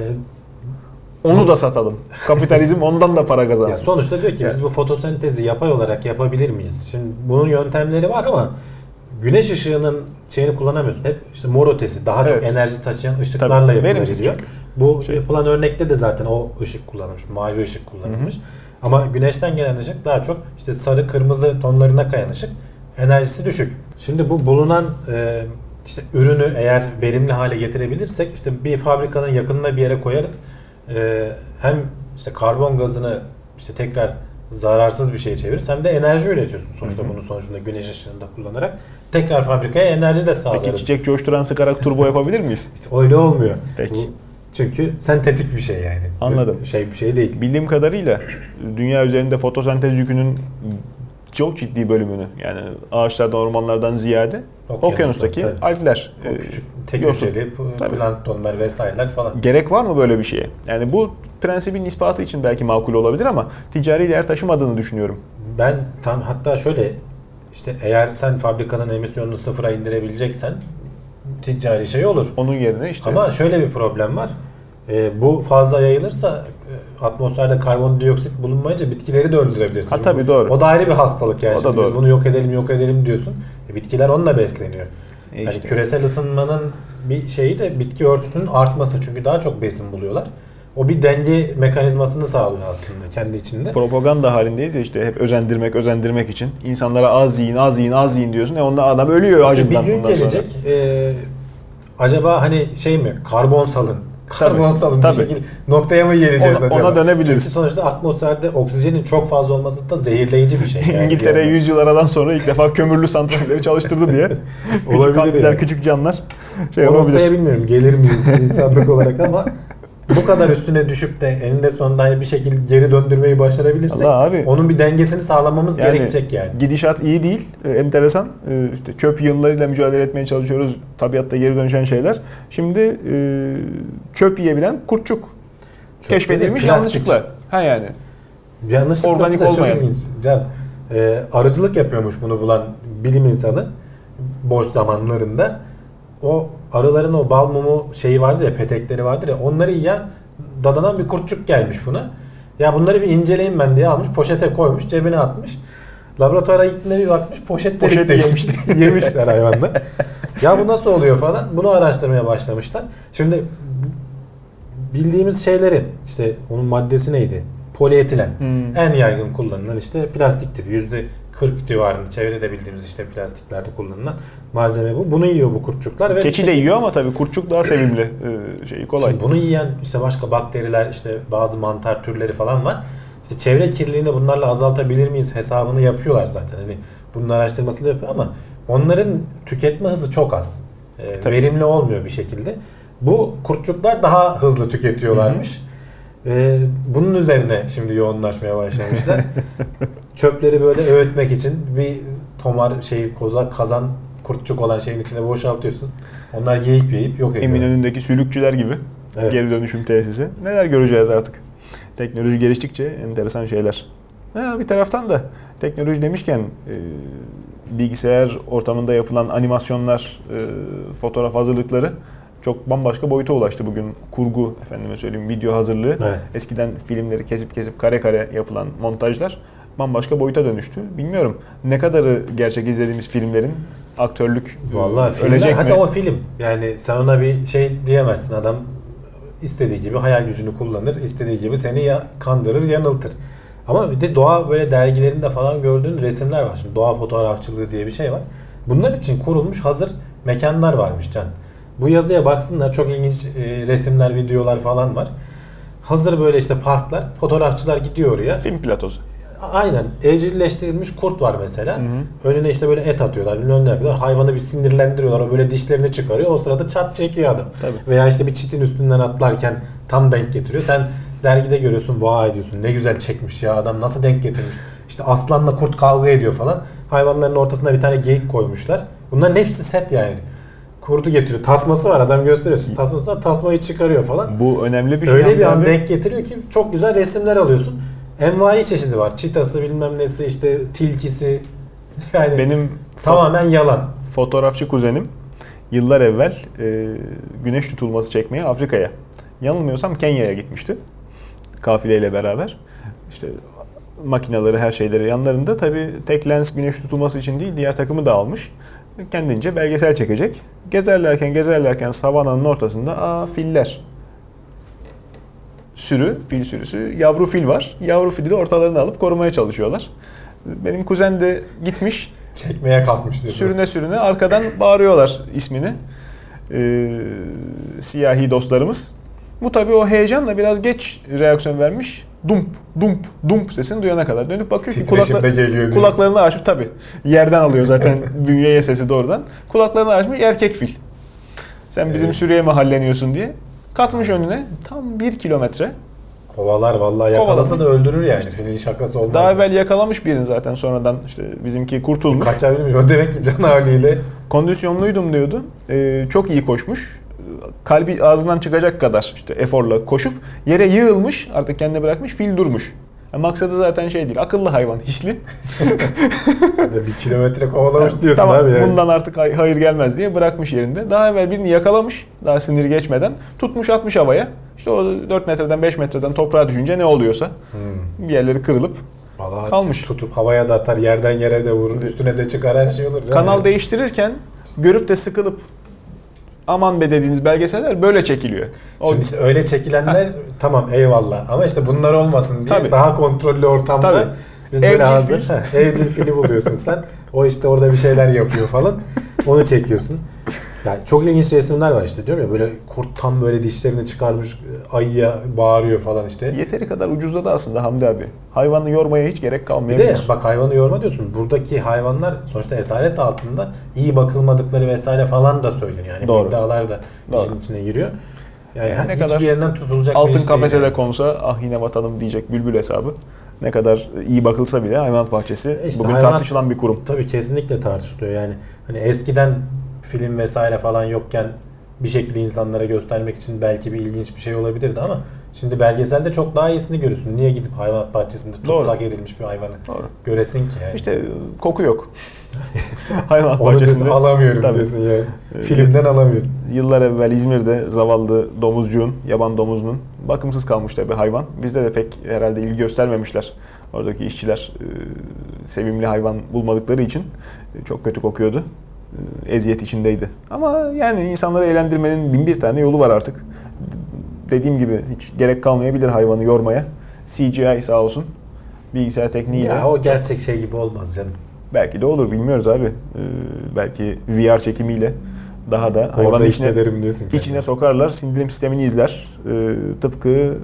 Onu da satalım. Kapitalizm ondan da para kazansın. Ya sonuçta diyor ki yani. Biz bu fotosentezi yapay olarak yapabilir miyiz? Şimdi bunun yöntemleri var ama güneş ışığının şeyini kullanamıyorsun. Hep işte mor ötesi daha evet. çok enerji taşıyan ışıklarla yapılabiliyor. Bu şey. Yapılan örnekte de zaten o ışık kullanılmış. Mavi ışık kullanılmış. Hı hı. Ama güneşten gelen ışık daha çok işte sarı kırmızı tonlarına kayan ışık. Enerjisi düşük. Şimdi bu bulunan e, işte ürünü eğer verimli hale getirebilirsek işte bir fabrikanın yakınına bir yere koyarız. Ee, hem işte karbon gazını işte tekrar zararsız bir şeye çevirir hem de enerji üretiyorsun sonuçta hı hı. bunun sonucunda güneş ışığını da kullanarak tekrar fabrikaya enerji de sağlarız. Peki çiçek coşturan sıkarak turbo yapabilir miyiz? İşte öyle olmuyor. Peki. Bu çünkü sentetik bir şey yani. Anladım. Şey bir şey değil. Bildiğim kadarıyla dünya üzerinde fotosentez yükünün çok ciddi bölümünü yani ağaçlardan ormanlardan ziyade Okyanuslar, okyanustaki tabii. algler, o küçük tek hücreli planktonlar vesaireler falan. Gerek var mı böyle bir şeye? Yani bu prensibin ispatı için belki makul olabilir ama ticari değer taşımadığını düşünüyorum. Ben tam hatta şöyle işte eğer sen fabrikanın emisyonunu sıfıra indirebileceksen ticari şey olur. Onun yerine işte. Ama şöyle bir problem var. E, bu fazla yayılırsa e, atmosferde karbondioksit bulunmayınca bitkileri de öldürebilirsin. Ha tabii doğru. O da ayrı bir hastalık yani. O da doğru. Biz bunu yok edelim yok edelim diyorsun. E, bitkiler onunla besleniyor. E işte. Yani küresel ısınmanın bir şeyi de bitki örtüsünün artması çünkü daha çok besin buluyorlar. O bir denge mekanizmasını sağlıyor aslında kendi içinde. Propaganda halindeyiz ya işte hep özendirmek özendirmek için. İnsanlara az yiyin az yiyin az yiyin diyorsun. E onda adam ölüyor işte acından. Bir gün gelecek. E, acaba hani şey mi karbon salın. Karbon salın bir şekilde noktaya mı geleceğiz ona, acaba? Ona dönebiliriz. Çünkü sonuçta atmosferde oksijenin çok fazla olması da zehirleyici bir şey. Yani İngiltere yüz yıl aradan sonra ilk defa kömürlü santralleri çalıştırdı diye. Küçük kantiler, yani. Küçük canlar şey o yapabilir. noktaya bilmiyorum gelir miyiz insanlık olarak ama bu kadar üstüne düşüp de eninde sonunda bir şekilde geri döndürmeyi başarabilirsek abi, onun bir dengesini sağlamamız yani, gerekecek yani. Gidişat iyi değil. Ee, enteresan. Ee, işte çöp yığınlarıyla mücadele etmeye çalışıyoruz. Tabiatta geri dönüşen şeyler. Şimdi e, çöp yiyebilen kurtçuk. Çöp keşfedilmiş yanlışlıkla. Ha yani. Yanlışlıkla organik olmayan. Can, e, arıcılık yapıyormuş bunu bulan bilim insanı boş zamanlarında. O arıların o bal mumu şeyi vardır ya, petekleri vardır ya, onları yiyen dadanan bir kurtçuk gelmiş buna. Ya bunları bir inceleyin ben diye almış, poşete koymuş, cebine atmış. Laboratuvara gittiğinde bir bakmış, poşetleri Poşet yemiş. yemişler hayvanlar. Ya bu nasıl oluyor falan, bunu araştırmaya başlamışlar. Şimdi bildiğimiz şeyleri, işte onun maddesi neydi? Polietilen. Hmm. En yaygın kullanılan işte plastik tipi. yüzde kırk civarında çevrede bildiğimiz işte plastiklerde kullanılan malzeme bu. Bunu yiyor bu kurtçuklar. Ve Keçi işte, de yiyor ama tabii kurtçuk daha sevimli. Ee, şey kolay. Şimdi bunu yiyen işte başka bakteriler, işte bazı mantar türleri falan var. İşte çevre kirliliğini bunlarla azaltabilir miyiz hesabını yapıyorlar zaten. Hani bunun araştırmasını yapıyor ama onların tüketme hızı çok az. Ee, verimli olmuyor bir şekilde. Bu kurtçuklar daha hızlı tüketiyorlarmış. Ee, bunun üzerine şimdi yoğunlaşmaya başlamışlar. Çöpleri böyle öğütmek için bir tomar şey kozak kazan kurtçuk olan şeyin içine boşaltıyorsun. Onlar yiyip yiyip yok ediyor. Eminönü'ndeki sülükçüler gibi. Evet. Geri dönüşüm tesisi. Neler göreceğiz artık. Teknoloji geliştikçe enteresan şeyler. Ha, bir taraftan da teknoloji demişken e, bilgisayar ortamında yapılan animasyonlar, e, fotoğraf hazırlıkları çok bambaşka boyuta ulaştı bugün. Kurgu, efendime söyleyeyim, video hazırlığı. Evet. Eskiden filmleri kesip kesip kare kare yapılan montajlar bambaşka boyuta dönüştü. Bilmiyorum ne kadarı gerçek izlediğimiz filmlerin aktörlük Vallahi filmler, ölecek hatta mi? o film. Yani sen ona bir şey diyemezsin. Adam istediği gibi hayal gücünü kullanır, istediği gibi seni ya kandırır, yanıltır. Ama bir de doğa böyle dergilerinde falan gördüğün resimler var. Şimdi doğa fotoğrafçılığı diye bir şey var. Bunlar için kurulmuş hazır mekanlar varmış Can. Bu yazıya baksınlar, çok ilginç e, resimler, videolar falan var. Hazır böyle işte parklar, fotoğrafçılar gidiyor oraya. Film platosu. Aynen. Evcilleştirilmiş kurt var mesela. Hı hı. Önüne işte böyle et atıyorlar. Bilmem ne yapıyorlar. Hayvanı bir sinirlendiriyorlar. O böyle dişlerini çıkarıyor. O sırada çat çekiyor adam. Tabii. Veya işte bir çitin üstünden atlarken tam denk getiriyor. Sen dergide görüyorsun, vay diyorsun. Ne güzel çekmiş ya adam, nasıl denk getirmiş. İşte aslanla kurt kavga ediyor falan. Hayvanların ortasına bir tane geyik koymuşlar. Bunların hepsi set yani. Kurdu getiriyor. Tasması var, adam gösteriyor. Tasması var, tasmayı çıkarıyor falan. Bu önemli bir şey. Öyle bir an abi. denk getiriyor ki çok güzel resimler alıyorsun. Envai çeşidi var. Çitası, bilmem nesi, işte tilkisi. Yani Benim tamamen yalan. fotoğrafçı kuzenim yıllar evvel e, güneş tutulması çekmeye Afrika'ya, yanılmıyorsam Kenya'ya gitmişti. Kafileyle beraber. İşte makineleri, her şeyleri yanlarında. Tabii tek lens güneş tutulması için değil, diğer takımı da almış. Kendince belgesel çekecek. Gezerlerken gezerlerken savananın ortasında aa filler. Sürü, fil sürüsü, yavru fil var. Yavru fili de ortalarına alıp korumaya çalışıyorlar. Benim kuzen de gitmiş. Çekmeye kalkmış diyor. Sürüne sürüne arkadan bağırıyorlar ismini. Ee, siyahi dostlarımız. Bu tabii o heyecanla biraz geç reaksiyon vermiş. Dump, dump, dump sesini duyana kadar. Dönüp bakıyor ki kulakla, geliyor kulaklarını açmış tabii. Yerden alıyor zaten bünyeye sesi doğrudan. Kulaklarını açmış, erkek fil. Sen bizim Evet. sürüye mi halleniyorsun diye. Katmış önüne tam bir kilometre. Kovalar vallahi, yakalasa da öldürür yani. Filin şakası olmaz. Daha evvel yakalamış birini zaten, sonradan işte bizimki kurtulmuş. Kaçabilmiş. O demek ki can haliyle. Kondisyonluydum diyordu. Ee, çok iyi koşmuş. Kalbi ağzından çıkacak kadar işte eforla koşup yere yığılmış, artık kendini bırakmış, fil durmuş. Yani maksadı zaten şey değil, akıllı hayvan, hisli. Bir kilometre kovalamış Yani, diyorsun tamam, abi yani. bundan artık hayır gelmez diye bırakmış yerinde. Daha evvel birini yakalamış, daha sinir geçmeden tutmuş, atmış havaya. İşte o dört metreden beş metreden toprağa düşünce ne oluyorsa Hmm. bir yerleri kırılıp Vallahi kalmış. tutup havaya da atar, yerden yere de vurur, üstüne de çıkar, her şey olur. Canım. Kanal değiştirirken görüp de sıkılıp aman be dediğiniz belgeseller böyle çekiliyor. O, Şimdi işte öyle çekilenler tamam eyvallah, ama işte bunlar olmasın diye Tabii. daha kontrollü ortamda Tabii. biz Evcil böyle hazır, fil. heh, evcil fili buluyorsun sen. O işte orada bir şeyler yapıyor falan. Onu çekiyorsun. Yani çok ilginç resimler var işte, diyorum ya, böyle kurt tam böyle dişlerini çıkarmış ayıya bağırıyor falan işte. yeteri kadar ucuzladı aslında Hamdi abi. Hayvanı yormaya hiç gerek Bir kalmayabilir. de bak, hayvanı yorma diyorsun. Buradaki hayvanlar sonuçta esaret altında, iyi bakılmadıkları vesaire falan da söyleniyor. Yani Doğru. bu iddialar da Doğru. işin içine giriyor. Yani Yani ne hiçbir kadar yerinden tutulacak bir altın iş değil kafese yani. de konsa ah yine vatanım diyecek bülbül hesabı. Ne kadar iyi bakılsa bile hayvanat bahçesi İşte bugün hayvanat- tartışılan bir kurum. Tabii kesinlikle tartışılıyor yani. Hani eskiden film vesaire falan yokken bir şekilde insanlara göstermek için belki bir ilginç bir şey olabilirdi, ama şimdi belgeselde çok daha iyisini görüyorsun. Niye gidip hayvanat bahçesinde tutsak edilmiş bir hayvanı Doğru. göresin ki yani. İşte koku yok. Hayvanat Onu diyorsun, bahçesinde. alamıyorum Tabii. diyorsun yani. Filmden alamıyorum. Yıllar evvel İzmir'de zavallı domuzcuğun, yaban domuzunun bakımsız kalmış tabii hayvan. Bizde de pek herhalde ilgi göstermemişler. Oradaki işçiler e, sevimli hayvan bulmadıkları için e, çok kötü kokuyordu. E, eziyet içindeydi. Ama yani insanları eğlendirmenin bin bir tane yolu var artık. D- dediğim gibi hiç gerek kalmayabilir hayvanı yormaya. C G I sağ olsun bilgisayar tekniğiyle. Ya o gerçek şey gibi olmaz canım. Belki de olur, bilmiyoruz abi. Ee, belki V R çekimiyle daha da hayvanı içine, diyorsun içine sokarlar, sindirim sistemini izler. Ee, tıpkı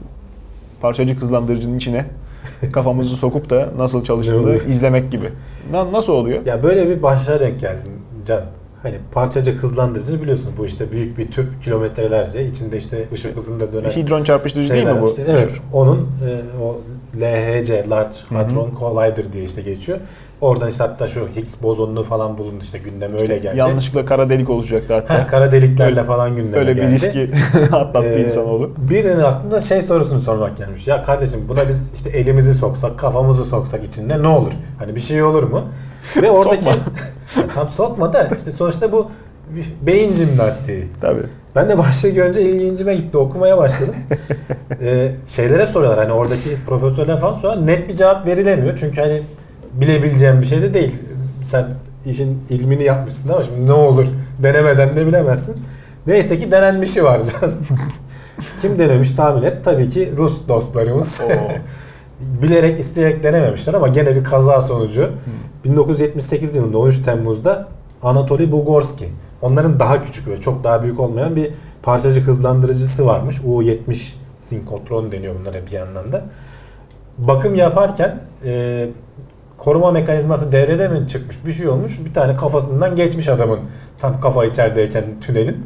parçacık hızlandırıcının içine kafamızı sokup da nasıl çalıştığını izlemek gibi. Na, nasıl oluyor? Ya böyle bir başlığa denk geldim Can. Hani parçacık hızlandırıcı biliyorsun, bu işte büyük bir tüp, kilometrelerce içinde işte ışık hızında dönen hidron çarpıştırıcı değil mi bu? Işte, evet. Onun e, o L H C, Large Hadron Collider diye işte geçiyor. Oradan işte hatta şu Higgs bozonunu falan bulundu, işte gündeme işte öyle geldi. Yanlışlıkla kara delik olacaktı hatta. Ha, kara deliklerle öyle, falan gündeme öyle geldi. Öyle bir riski atlattı ee, insanoğlu. Birinin aklında şey sorusunu sormak gelmiş. Ya kardeşim, buna biz işte elimizi soksak, kafamızı soksak içinde ne olur? Hani bir şey olur mu? Ve oradaki tam sokma da işte sonuçta bu beyin jimnastiği. Tabii. Ben de başlığı görünce ilgincime gitti. Okumaya başladım. ee, şeylere soruyorlar. Hani oradaki profesörler falan soruyorlar. Net bir cevap verilemiyor. Çünkü hani bilebileceğim bir şey de değil. Sen işin ilmini yapmışsın ama şimdi ne olur denemeden de bilemezsin. Neyse ki denenmişi var canım. Kim denemiş tahmin et? Tabii ki Rus dostlarımız. Bilerek isteyerek denememişler ama gene bir kaza sonucu. Hmm. bin dokuz yüz yetmiş sekiz yılında on üç Temmuz'da Anatoly Bugorski, onların daha küçük ve çok daha büyük olmayan bir parçacık hızlandırıcısı varmış. U yetmiş sinkotron deniyor bunlara bir yandan da. Bakım yaparken e, koruma mekanizması devrede mi çıkmış, bir şey olmuş. Bir tane kafasından geçmiş adamın, tam kafa içerideyken tünelin.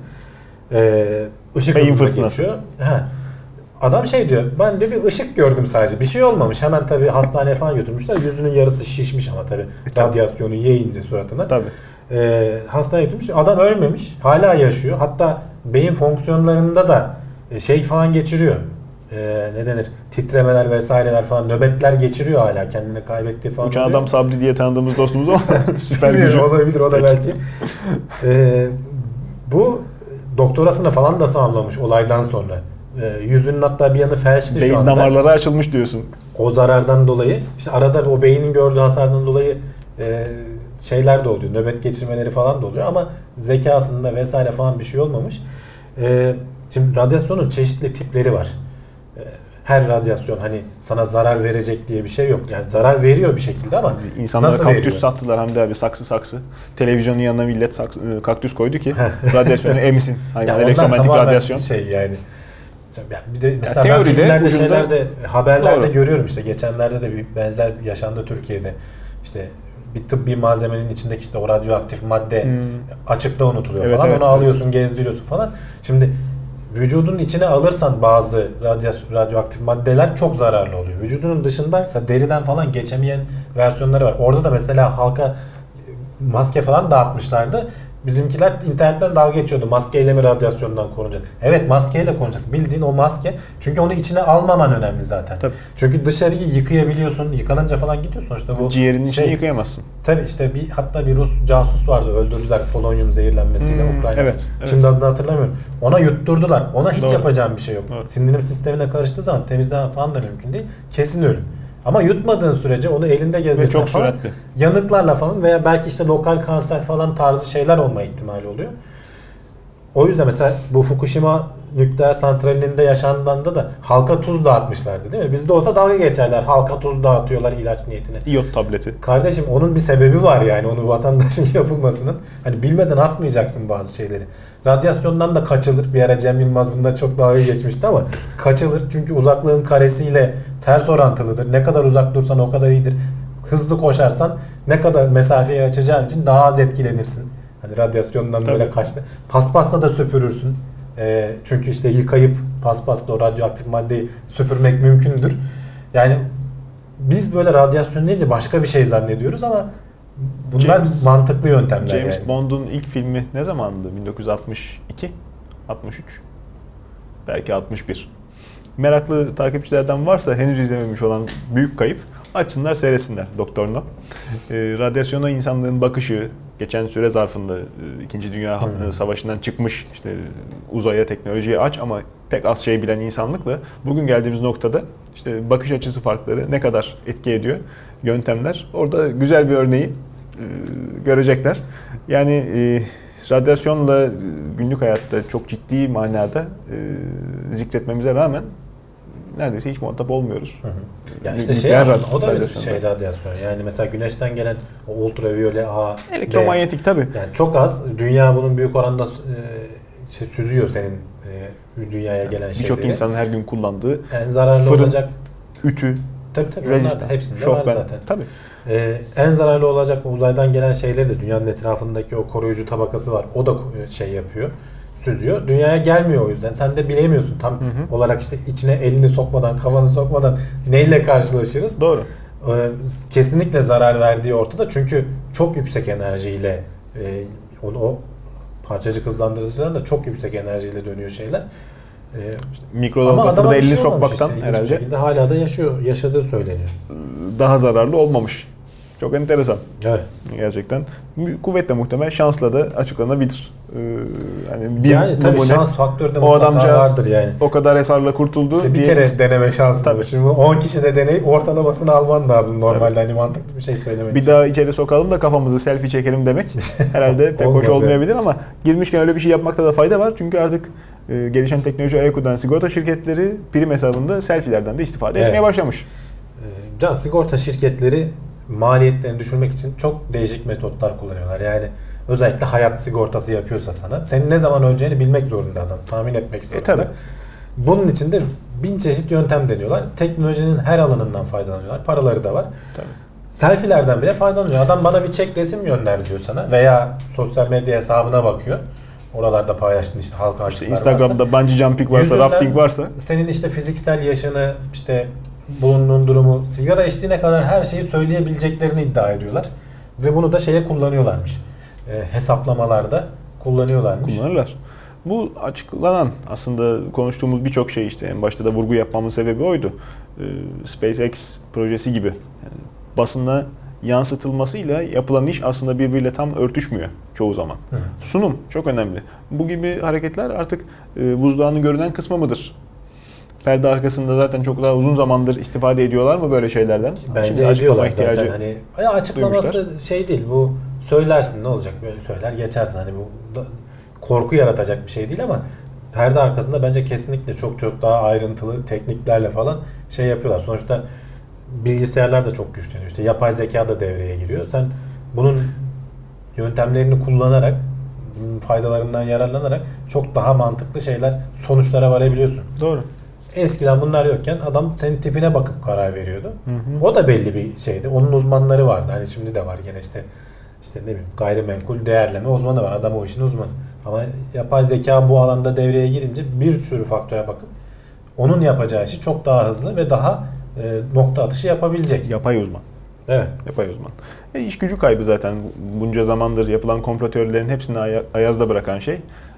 E, ışık hızında geçiyor. Ha. Adam şey diyor, ben de bir ışık gördüm sadece, bir şey olmamış. Hemen tabii hastaneye falan götürmüşler. Yüzünün yarısı şişmiş ama tabii radyasyonu yiyince suratına. Tabii. Ee, hastaneye götürmüş. Adam ölmemiş, hala yaşıyor. Hatta beyin fonksiyonlarında da şey falan geçiriyor. Ee, ne denir? Titremeler vesaireler falan, nöbetler geçiriyor hala, kendini kaybettiği falan. Uçan adam Sabri diye tanıdığımız dostumuz o. Süper gücü. Olabilir, o da belki. Ee, bu doktorasını falan da tamamlamış olaydan sonra. E, yüzünün hatta bir yanı felçli beyin şu anda. Beyin damarları açılmış diyorsun. O zarardan dolayı, işte arada o beynin gördüğü hasardan dolayı e, şeyler de oluyor. Nöbet geçirmeleri falan da oluyor ama zekasında vesaire falan bir şey olmamış. E, şimdi radyasyonun çeşitli tipleri var. E, her radyasyon hani sana zarar verecek diye bir şey yok. Yani zarar veriyor bir şekilde ama insanlara kaktüs veriyor? Sattılar Hamdi abi, saksı saksı. Televizyonun yanına millet saksı, kaktüs koydu ki radyasyonu emsin. Aynen, elektromanyetik radyasyon. Şey yani. Bir de mesela ya ben filmlerde, şeylerde, haberlerde doğru. görüyorum işte, geçenlerde de bir benzer yaşandı Türkiye'de. İşte bir tıbbi malzemenin içindeki işte o radyoaktif madde hmm. açıkta unutuluyor evet, falan. Evet, Onu evet. alıyorsun, gezdiriyorsun falan. Şimdi vücudun içine alırsan bazı radyo, radyoaktif maddeler çok zararlı oluyor. Vücudunun dışındaysa deriden falan geçemeyen versiyonları var. Orada da mesela halka maske falan dağıtmışlardı. Bizimkiler internetten dalga geçiyordu. Maskeyle mi radyasyondan korunacak? Evet, maskeyle korunacak. Bildiğin o maske. Çünkü onu içine almaman önemli zaten. Tabii. Çünkü dışarıyı yıkayabiliyorsun. Yıkanınca falan gidiyor sonuçta bu. Ciğerinin şey, içini yıkayamazsın. Tabii işte bir, hatta bir Rus casus vardı. Öldürdüler polonyum zehirlenmesiyle hmm, Ukrayna'da. Evet, evet. Şimdi adını hatırlamıyorum. Ona yutturdular. Ona hiç Doğru. yapacağım bir şey yok. Doğru. Sindirim sistemine karıştığı zaman temizleme falan da mümkün değil. Kesin ölüm. Ama yutmadığın sürece onu elinde gezdirsen falan süratli. yanıklarla falan veya belki işte lokal kanser falan tarzı şeyler olma ihtimali oluyor. O yüzden mesela bu Fukushima nükleer santralinde yaşandığında da halka tuz dağıtmışlardı değil mi? Bizde olsa dalga geçerler. Halka tuz dağıtıyorlar ilaç niyetine. İyot tableti. Kardeşim onun bir sebebi var yani, onu vatandaşın yapılmasının. Hani bilmeden atmayacaksın bazı şeyleri. Radyasyondan da kaçılır. Bir ara Cem Yılmaz bunda çok dalga geçmişti ama kaçılır. Çünkü uzaklığın karesiyle ters orantılıdır. Ne kadar uzak dursan o kadar iyidir. Hızlı koşarsan ne kadar mesafeyi açacağın için daha az etkilenirsin. Hani radyasyondan Tabii. böyle kaçtı. Paspasla da süpürürsün. E, çünkü işte yıkayıp paspasla o radyoaktif maddeyi süpürmek mümkündür. Yani biz böyle radyasyon deyince başka bir şey zannediyoruz ama bunlar James, mantıklı yöntemler. James yani. Bond'un ilk filmi ne zamandı? bin dokuz yüz altmış iki, altmış üç, belki altmış bir. Meraklı takipçilerden varsa henüz izlememiş olan Büyük Kayıp, açsınlar seyretsinler Doktor No. E, radyasyona insanlığın bakışı, geçen süre zarfında e, İkinci Dünya hmm. Savaşı'ndan çıkmış, işte uzaya, teknolojiye aç ama pek az şey bilen insanlıkla bugün geldiğimiz noktada işte bakış açısı farkları ne kadar etki ediyor, yöntemler. Orada güzel bir örneği e, görecekler. Yani e, radyasyonla günlük hayatta çok ciddi manada e, zikretmemize rağmen neredeyse hiç muhatap olmuyoruz. Hı hı. Ya işte Nükleer şey aslında o da radyasyonda. şey radyasyon. Yani mesela güneşten gelen o ultraviyole A, Elektromanyetik B, tabii. yani çok az. Dünya bunun büyük oranda e, şey, süzüyor senin e, dünyaya gelen şeyleri. Birçok insanın her gün kullandığı en zararlı fırın, olacak ütü, tabii tabii rezistan, onlar da hepsinde var şofben. zaten. Tabii. Ee, en zararlı olacak uzaydan gelen şeyleri de dünyanın etrafındaki o koruyucu tabakası var. O da şey yapıyor, süzüyor. Dünyaya gelmiyor o yüzden. Sen de bilemiyorsun tam hı hı. olarak işte içine elini sokmadan, kafanı sokmadan neyle karşılaşırız. Doğru. Ee, kesinlikle zarar verdiği ortada. Çünkü çok yüksek enerjiyle e, o, o parçacık hızlandırıcıların da çok yüksek enerjiyle dönüyor şeyler. Ee, işte mikrodalga fırında elini sokmaktan işte, herhalde şekilde hala da yaşıyor, yaşadığı söyleniyor. Daha zararlı olmamış. Çok enteresan. Evet. Gerçekten. Kuvvetle muhtemel, şansla da açıklanabilir. Ee, yani bir yani tabii numune, şans faktörü de o adamcağız vardır yani. O kadar hasarla kurtuldu. İşte bir diyebiliriz. kere deneme şansı. Tabii. Şimdi on kişi de deneyip ortalamasını alman lazım normalde. Tabii. Hani mantıklı bir şey söylemek Bir için. daha içeri sokalım da kafamızı selfie çekelim demek herhalde pek hoş olmayabilir yani. Ama girmişken öyle bir şey yapmakta da fayda var. Çünkü artık e, gelişen teknoloji ayak uyduran sigorta şirketleri prim hesabında selfie'lerden de istifade evet. etmeye başlamış. Can sigorta şirketleri maliyetlerini düşürmek için çok değişik metotlar kullanıyorlar. Yani özellikle hayat sigortası yapıyorsa sana, senin ne zaman öleceğini bilmek zorunda adam, tahmin etmek zorunda. E, tabii. Bunun için de bin çeşit yöntem deniyorlar. Teknolojinin her alanından faydalanıyorlar. Paraları da var. Tabii. Selfie'lerden bile faydalanıyor. Adam bana bir çek resim gönder diyor sana veya sosyal medya hesabına bakıyor. Oralarda paylaştın işte halka açıklar işte Instagram'da varsa, bungee jumping varsa, yüzünden rafting varsa. Senin işte fiziksel yaşını, işte bulunduğun durumu, sigara içtiğine kadar her şeyi söyleyebileceklerini iddia ediyorlar. Ve bunu da şeye kullanıyorlarmış. E, hesaplamalarda kullanıyorlarmış. Kullanırlar. Bu açıklanan aslında konuştuğumuz birçok şey işte en başta da vurgu yapmamın sebebi oydu. E, SpaceX projesi gibi. Yani basına yansıtılmasıyla yapılan iş aslında birbiriyle tam örtüşmüyor çoğu zaman. Hı. Sunum çok önemli. Bu gibi hareketler artık e, buzdağının görünen kısmı mıdır? Perde arkasında zaten çok daha uzun zamandır istifade ediyorlar mı böyle şeylerden? Bence Şimdi ediyorlar zaten. Hani açıklaması duymuşlar. Şey değil. Bu söylersin ne olacak böyle söyler geçersin. Hani bu da, korku yaratacak bir şey değil ama perde arkasında bence kesinlikle çok çok daha ayrıntılı tekniklerle falan şey yapıyorlar. Sonuçta bilgisayarlar da çok güçleniyor. İşte yapay zeka da devreye giriyor. Sen bunun yöntemlerini kullanarak, faydalarından yararlanarak çok daha mantıklı şeyler, sonuçlara varabiliyorsun. Doğru. Eskiden bunlar yokken adam senin tipine bakıp karar veriyordu. Hı hı. O da belli bir şeydi. Onun uzmanları vardı. Hani şimdi de var gene işte işte ne bileyim gayrimenkul değerleme uzmanı var. Adam o işin uzmanı. Ama yapay zeka bu alanda devreye girince bir sürü faktöre bakıp onun yapacağı işi çok daha hızlı ve daha e, nokta atışı yapabilecek. Yapay uzman. Evet. Yapay uzman. E, iş gücü kaybı zaten bunca zamandır yapılan komplo teorilerin hepsini ay- ayazda bırakan şey. E,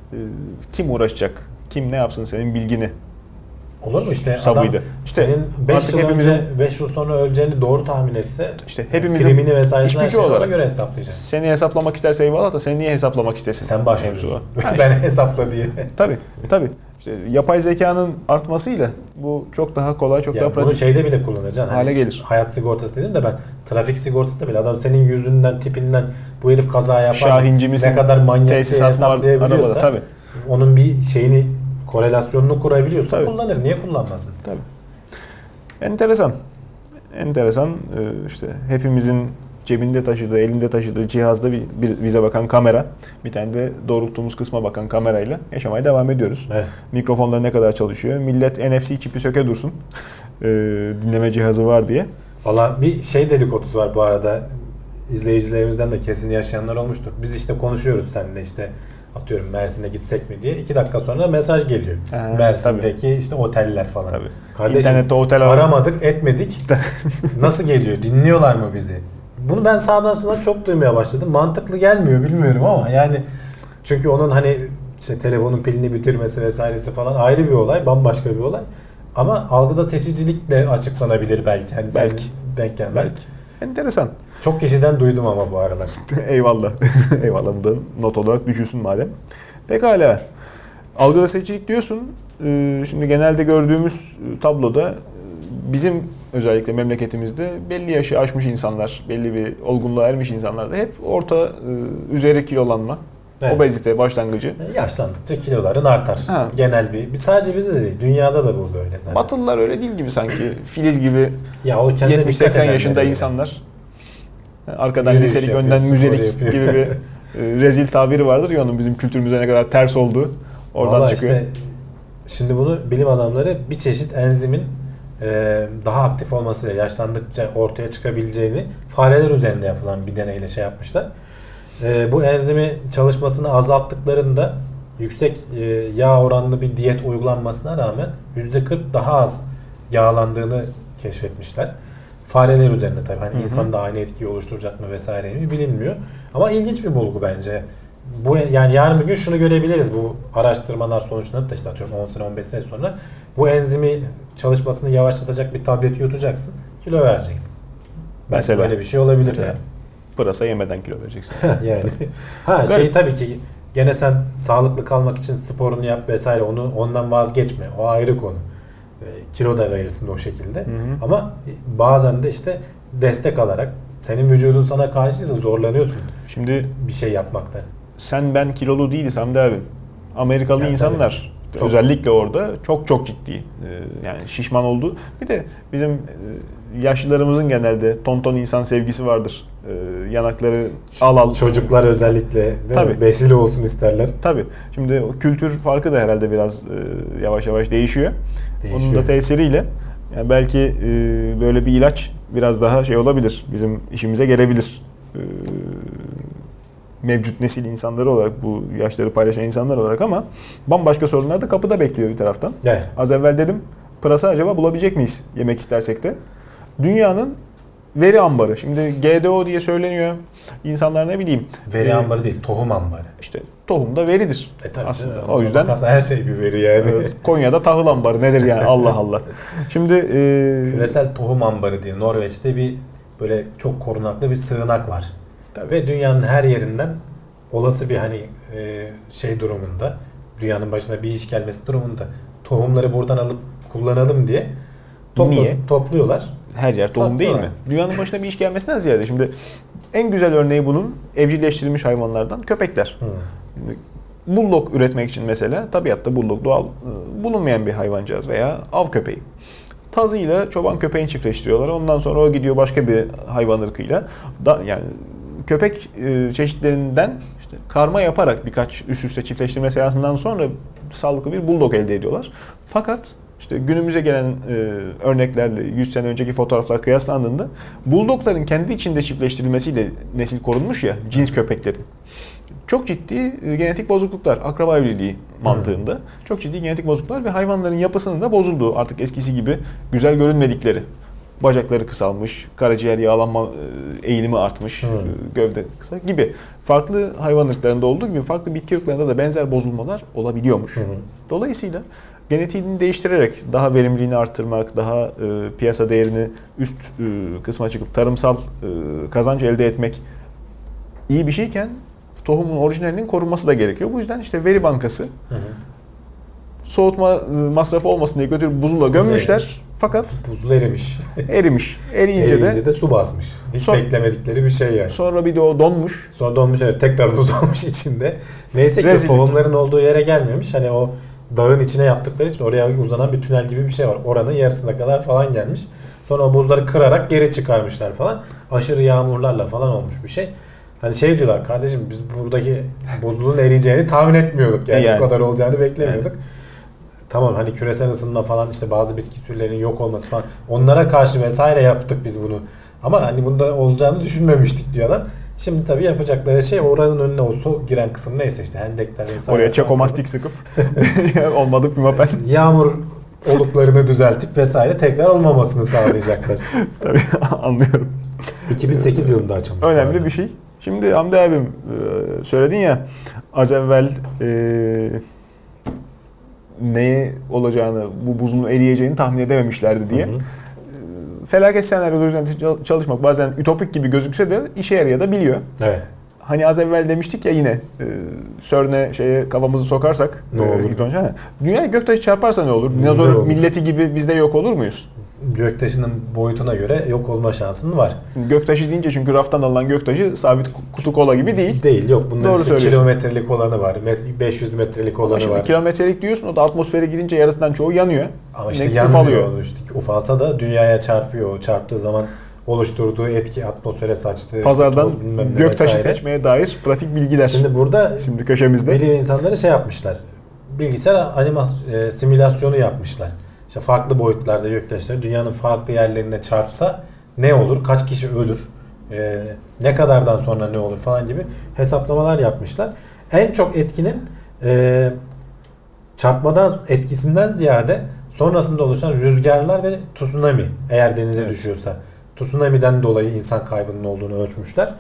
kim uğraşacak? Kim ne yapsın senin bilgini? Olur mu işte Sabıydı. adam işte senin beş yıl hepimizin, önce beş yıl sonra öleceğini doğru tahmin etse işte hepimizin primini vesairesini her şeyi olarak göre hesaplayacak. Seni hesaplamak isterse eyvallah da seni niye hesaplamak istesin? Sen başvuruyorsun. Ben hesapla diye. Tabii tabii. İşte yapay zekanın artmasıyla bu çok daha kolay, çok ya daha pratik. Bunu şeyde bile kullanacaksın. Hale hani gelir. Hayat sigortası dedim de ben trafik sigortasında bile adam senin yüzünden, tipinden bu herif kaza yapar. Şahinci misin? Ne kadar manyak şey hesaplayabiliyorsa arabada, tabii. onun bir şeyini korelasyonunu kurabiliyorsa tabii. kullanır. Niye kullanmasın? Tabii. Enteresan. Enteresan. İşte hepimizin cebinde taşıdığı, elinde taşıdığı cihazda bir, bir bize bakan kamera, bir tane de doğrulttuğumuz kısma bakan kamerayla yaşamaya devam ediyoruz. Evet. Mikrofonlar ne kadar çalışıyor? Millet N F C çipi söke dursun. Ee, dinleme cihazı var diye. Valla bir şey dedikodusu var bu arada. İzleyicilerimizden de kesin yaşayanlar olmuştur. Biz işte konuşuyoruz seninle işte atıyorum Mersin'e gitsek mi diye. iki dakika sonra mesaj geliyor. Ha, Mersin'deki tabii. işte oteller falan. Tabii. Kardeşim İnternette otel aramadık, etmedik. Nasıl geliyor? Dinliyorlar mı bizi? Bunu ben sağdan sola çok duymaya başladım. Mantıklı gelmiyor bilmiyorum ama yani çünkü onun hani işte telefonun pilini bitirmesi vesairesi falan ayrı bir olay, bambaşka bir olay. Ama algıda seçicilikle açıklanabilir belki. Hani belki. Denk gelmez. Belki. Enteresan. Çok kişiden duydum ama bu aralar. Eyvallah. Eyvallah. Bu da not olarak düşürsün madem. Pekala. Algıda seçicilik diyorsun. Şimdi genelde gördüğümüz tabloda bizim özellikle memleketimizde belli yaşı aşmış insanlar, belli bir olgunluğa ermiş insanlar da hep orta üzeri kilolanma. Evet. Obezite başlangıcı. Yaşlandıkça kiloların artar. Ha. Genel bir, bir sadece bizde de değil, dünyada da bu böyle zaten. Batılılar öyle değil gibi sanki. Filiz gibi Ya o kendine yetmiş dikkat seksen edenler yaşında öyle. insanlar. Arkadan Yürüyüş liselik, yapıyor, önden spor müzelik yapıyor. gibi bir e, rezil tabiri vardır ya onun bizim kültürümüze ne kadar ters olduğu oradan Vallahi çıkıyor. işte, şimdi bunu bilim adamları bir çeşit enzimin e, daha aktif olmasıyla yaşlandıkça ortaya çıkabileceğini fareler üzerinde yapılan bir deneyle şey yapmışlar. E, bu enzimi çalışmasını azalttıklarında yüksek e, yağ oranlı bir diyet uygulanmasına rağmen yüzde kırk daha az yağlandığını keşfetmişler. Fareler üzerinde tabii. Hani insan da aynı etkiyi oluşturacak mı vesaire mi bilinmiyor. Ama ilginç bir bulgu bence. Bu yani yarın bir gün şunu görebiliriz bu araştırmalar sonuçlanıp da işte atıyorum on sene on beş sene sonra bu enzimi çalışmasını yavaşlatacak bir tableti yutacaksın. Kilo vereceksin. Belki Mesela. böyle bir şey olabilir Mesela. yani. Pırasa yemeden kilo vereceksin. yani. Ha şey tabii ki gene sen sağlıklı kalmak için sporunu yap vesaire onu ondan vazgeçme. O ayrı konu. E, kilo da verirsin o şekilde. Hı hı. Ama bazen de işte destek alarak senin vücudun sana karşıysa zorlanıyorsun Şimdi bir şey yapmakta. sen ben kilolu değiliz Hamdi abi. Amerikalı Yani insanlar Çok. özellikle orada çok çok ciddi. Ee, yani şişman oldu. Bir de bizim e, yaşlılarımızın genelde tonton insan sevgisi vardır. Ee, yanakları al al. Çocuklar özellikle değil Tabii. mi? Besili olsun isterler. Tabii. Şimdi o kültür farkı da herhalde biraz e, yavaş yavaş değişiyor. Değişiyor. Onun da tesiriyle yani belki e, böyle bir ilaç biraz daha şey olabilir. Bizim işimize gelebilir. E, mevcut nesil insanları olarak, bu yaşları paylaşan insanlar olarak ama bambaşka sorunlar da kapıda bekliyor bir taraftan. Evet. Az evvel dedim, pırasa acaba bulabilecek miyiz yemek istersek de? Dünyanın veri ambarı. Şimdi G D O diye söyleniyor. İnsanlar ne bileyim. Veri e, ambarı değil, tohum ambarı. İşte tohum da veridir. E tabii aslında. canım. O yüzden Aslında her şey bir veri yani. e, Konya'da tahıl ambarı nedir yani Allah Allah. Şimdi e, Küresel tohum ambarı diye Norveç'te bir böyle çok korunaklı bir sığınak var. Tabii. Ve dünyanın her yerinden olası bir hani e, şey durumunda, dünyanın başına bir iş gelmesi durumunda tohumları buradan alıp kullanalım diye topla- Niye? topluyorlar. her yer tohum değil mi? Saklıyorlar. Dünyanın başına bir iş gelmesinden ziyade şimdi en güzel örneği bunun evcilleştirilmiş hayvanlardan köpekler. Hı. Bulldog üretmek için mesela tabiatta bulldog doğal e, bulunmayan bir hayvancağız veya av köpeği. Tazıyla çoban köpeğini çiftleştiriyorlar. Ondan sonra o gidiyor başka bir hayvan ırkıyla. Da, yani köpek e, çeşitlerinden işte karma yaparak birkaç üst üste çiftleştirme seansından sonra sağlıklı bir bulldog elde ediyorlar. Fakat işte günümüze gelen e, örneklerle yüz sene önceki fotoğraflar kıyaslandığında bulldogların kendi içinde çiftleştirilmesiyle nesil korunmuş ya cins köpeklerin. Çok ciddi e, genetik bozukluklar, akraba evliliği mantığında. Hmm. Çok ciddi genetik bozukluklar ve hayvanların yapısının da bozulduğu, artık eskisi gibi güzel görünmedikleri. Bacakları kısalmış, karaciğer yağlanma e, eğilimi artmış, Hmm. e, gövde kısa gibi. Farklı hayvan ırklarında olduğu gibi farklı bitki ırklarında da benzer bozulmalar olabiliyormuş. Hı hı. Dolayısıyla genetiğini değiştirerek daha verimliliğini arttırmak, daha e, piyasa değerini üst e, kısma çıkıp tarımsal e, kazanç elde etmek iyi bir şeyken tohumun orijinalinin korunması da gerekiyor. Bu yüzden işte veri bankası Hı hı. soğutma e, masrafı olmasın diye götürüp buzula gömmüşler. Fakat Buzul erimiş. erimiş. Eriyince, Eriyince de, de su basmış. Hiç Son- beklemedikleri bir şey yani. sonra bir de o donmuş. Sonra donmuş, evet, tekrar buz olmuş içinde. Neyse ki Rezillik. tohumların olduğu yere gelmemiş. Hani o dağın içine yaptıkları için oraya uzanan bir tünel gibi bir şey var. Oranın yarısına kadar falan gelmiş. Sonra o buzları kırarak geri çıkarmışlar falan. Aşırı yağmurlarla falan olmuş bir şey. Hani şey diyorlar, kardeşim biz buradaki buzulun eriyeceğini tahmin etmiyorduk. Yani, Yani. bu kadar olacağını beklemiyorduk. Tamam hani küresel ısınma falan işte bazı bitki türlerinin yok olması falan. Onlara karşı vesaire yaptık biz bunu. Ama hani bunda olacağını düşünmemiştik diyor adam. Şimdi tabii yapacakları şey oranın önüne o su giren kısım neyse işte hendekler vesaire. Oraya falan çekomastik sıkıp olmadık pimapen. yağmur oluklarını düzeltip vesaire tekrar olmamasını sağlayacaklar. Tabii anlıyorum. iki bin sekiz yılında açılmış. bu Önemli arada. bir şey. Şimdi Hamdi abim e, söyledin ya az evvel e, neye olacağını, bu buzun eriyeceğini tahmin edememişlerdi diye. Hı hı. Felaket senaryoları üzerinde çalışmak bazen ütopik gibi gözükse de işe yarayabiliyor. Evet. hani az evvel demiştik ya yine e, CERN'e şeye kafamızı sokarsak ne olur? E, dünya göktaşı çarparsa ne olur? Dinozor olur? milleti gibi biz de yok olur muyuz? Göktaşının boyutuna göre yok olma şansın var. Göktaşı deyince çünkü raftan alınan göktaşı sabit kutu kola gibi değil. Değil yok. Bunların Doğru işte kilometrelik olanı var. beş yüz metrelik olanı Ama var. Kilometrelik diyorsun o da atmosfere girince yarısından çoğu yanıyor. Ama işte ne yanmıyor. İşte ufalsa da dünyaya çarpıyor. Çarptığı zaman oluşturduğu etki atmosfere saçtığı. Pazardan işte göktaşı seçmeye dair pratik bilgiler. Şimdi burada Şimdi köşemizde. bilim insanları şey yapmışlar. Bilgisayar animasyon, e, simülasyonu yapmışlar. İşte farklı boyutlarda göktaşları dünyanın farklı yerlerine çarpsa ne olur? Kaç kişi ölür? E, ne kadardan sonra ne olur falan gibi hesaplamalar yapmışlar. En çok etkinin e, çarpmadan etkisinden ziyade sonrasında oluşan rüzgarlar ve tsunami eğer denize evet. düşüyorsa. Tsunami'den dolayı insan kaybının olduğunu ölçmüşler.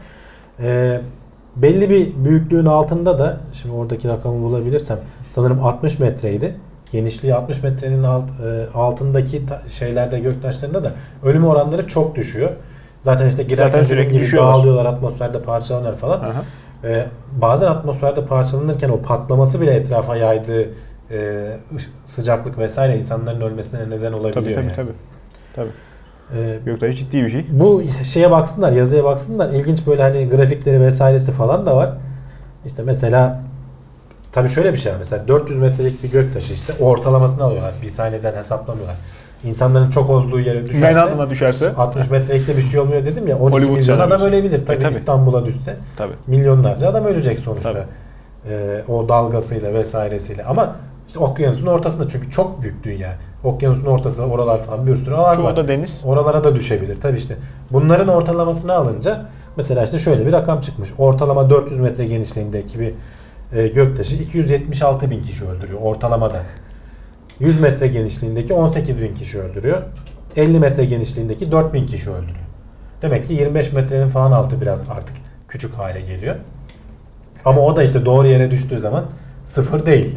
E, belli bir büyüklüğün altında da şimdi oradaki rakamı bulabilirsem sanırım altmış metreydi. Genişliği altmış metrenin alt, e, altındaki ta, şeylerde göktaşlarında da ölüm oranları çok düşüyor. Zaten işte girerken sürekli gibi dağılıyorlar, atmosferde parçalanıyor falan. E, bazen atmosferde parçalanırken o patlaması bile etrafa yaydığı e, sıcaklık vesaire insanların ölmesine neden olabiliyor. Tabii tabii yani. tabii. tabii. Ee, Göktaşı ciddi bir şey. Bu şeye baksınlar, yazıya baksınlar. İlginç böyle hani grafikleri vesairesi falan da var. İşte mesela tabii şöyle bir şey var. Mesela dört yüz metrelik bir göktaşı işte ortalamasını alıyorlar. Bir taneden hesaplamıyorlar. İnsanların çok olduğu yere düşerse menatına düşerse altmış metrelikte bir şey olmuyor dedim ya. on iki milyon adam ölebilir. Tabii, e, tabii İstanbul'a düşse tabii. milyonlarca adam ölecek sonuçta. Ee, o dalgasıyla vesairesiyle. Ama işte okyanusun ortasında çünkü çok büyük dünya. Okyanusun ortası oralar falan bir sürü alan Çoğu var. da deniz. Oralara da düşebilir. Tabii işte bunların ortalamasını alınca mesela işte şöyle bir rakam çıkmış. Ortalama dört yüz metre genişliğindeki bir e, göktaşı iki yüz yetmiş altı bin kişi öldürüyor ortalamada. yüz metre genişliğindeki on sekiz bin kişi öldürüyor. elli metre genişliğindeki dört bin kişi öldürüyor. Demek ki yirmi beş metrenin falan altı biraz artık küçük hale geliyor. Ama o da işte doğru yere düştüğü zaman sıfır değil.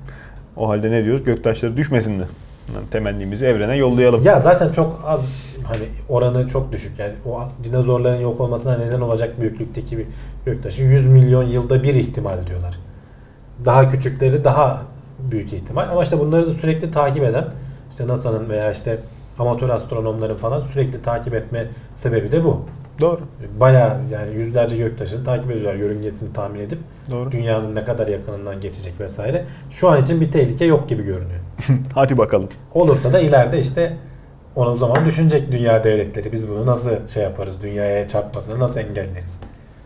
O halde ne diyoruz? Göktaşları düşmesin de. Yani temennimizi evrene yollayalım. Ya zaten çok az hani oranı çok düşük yani o dinozorların yok olmasına neden olacak büyüklükteki bir göktaşı yüz milyon yılda bir ihtimal diyorlar. Daha küçükleri daha büyük ihtimal ama işte bunları da sürekli takip eden işte NASA'nın veya işte amatör astronomların falan sürekli takip etme sebebi de bu. Doğru. Bayağı yani yüzlerce göktaşını takip ediyorlar yörüngesini tahmin edip. Doğru. Dünyanın ne kadar yakınından geçecek vesaire. Şu an için bir tehlike yok gibi görünüyor. Hadi bakalım. Olursa da ileride işte onu o zaman düşünecek dünya devletleri. Biz bunu nasıl şey yaparız? Dünyaya çarpmasını nasıl engelleriz?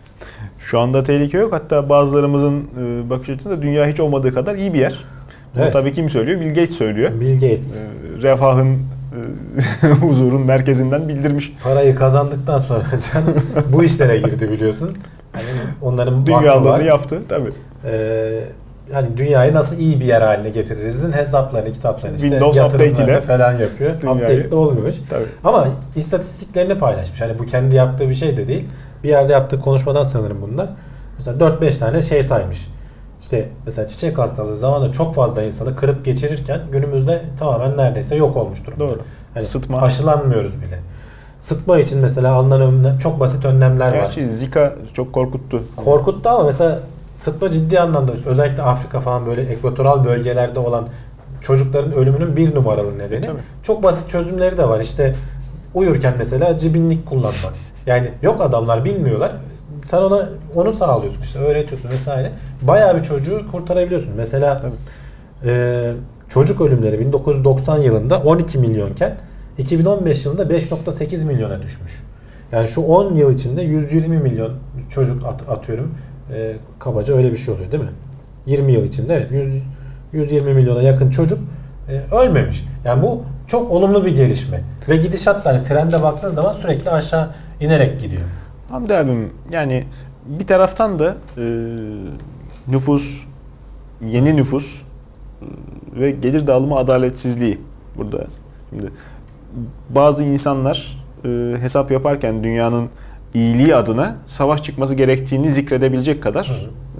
Şu anda tehlike yok. Hatta bazılarımızın bakış açısında dünya hiç olmadığı kadar iyi bir yer. Bunu evet. tabii kim söylüyor? Bill Gates söylüyor. Bill Gates. Refahın huzurun merkezinden bildirmiş. Parayı kazandıktan sonra canım bu işlere girdi biliyorsun. Yani onların dünyalarını yaptı tabii. Ee, yani dünyayı nasıl iyi bir yer haline getiririz'in hesaplarını, kitaplarını işte Windows Update ile falan yapıyor. Update de olmuyormuş. Tabii. Ama istatistiklerini paylaşmış. Hani bu kendi yaptığı bir şey de değil. Bir yerde yaptığı konuşmadan sanırım bunlar. Mesela dört beş tane şey saymış. İşte mesela çiçek hastalığı zamanında çok fazla insanı kırıp geçirirken günümüzde tamamen neredeyse yok olmuş durumda. Doğru. Hani Sıtma. Aşılanmıyoruz bile. Sıtma için mesela alınan önlemler, çok basit önlemler Gerçi var. Zika çok korkuttu. Korkuttu ama mesela sıtma ciddi anlamda özellikle Afrika falan böyle ekvatoral bölgelerde olan çocukların ölümünün bir numaralı nedeni. Tabii. Çok basit çözümleri de var. İşte uyurken mesela cibinlik kullanmak. Yani yok adamlar bilmiyorlar. Sen ona onu sağlıyorsun işte öğretiyorsun vesaire. Bayağı bir çocuğu kurtarabiliyorsun. Mesela e, çocuk ölümleri bin dokuz yüz doksan yılında on iki milyonken iki bin on beş yılında beş virgül sekiz milyona düşmüş. Yani şu on yıl içinde yüz yirmi milyon çocuk at, atıyorum. E, kabaca öyle bir şey oluyor değil mi? yirmi yıl içinde evet yüz, yüz yirmi milyona yakın çocuk e, ölmemiş. Yani bu çok olumlu bir gelişme. Ve gidişat hani trende baktığın zaman sürekli aşağı inerek gidiyor. Hamdi abim yani bir taraftan da e, nüfus, yeni nüfus e, ve gelir dağılımı adaletsizliği burada. Şimdi bazı insanlar e, hesap yaparken dünyanın iyiliği adına savaş çıkması gerektiğini zikredebilecek kadar e,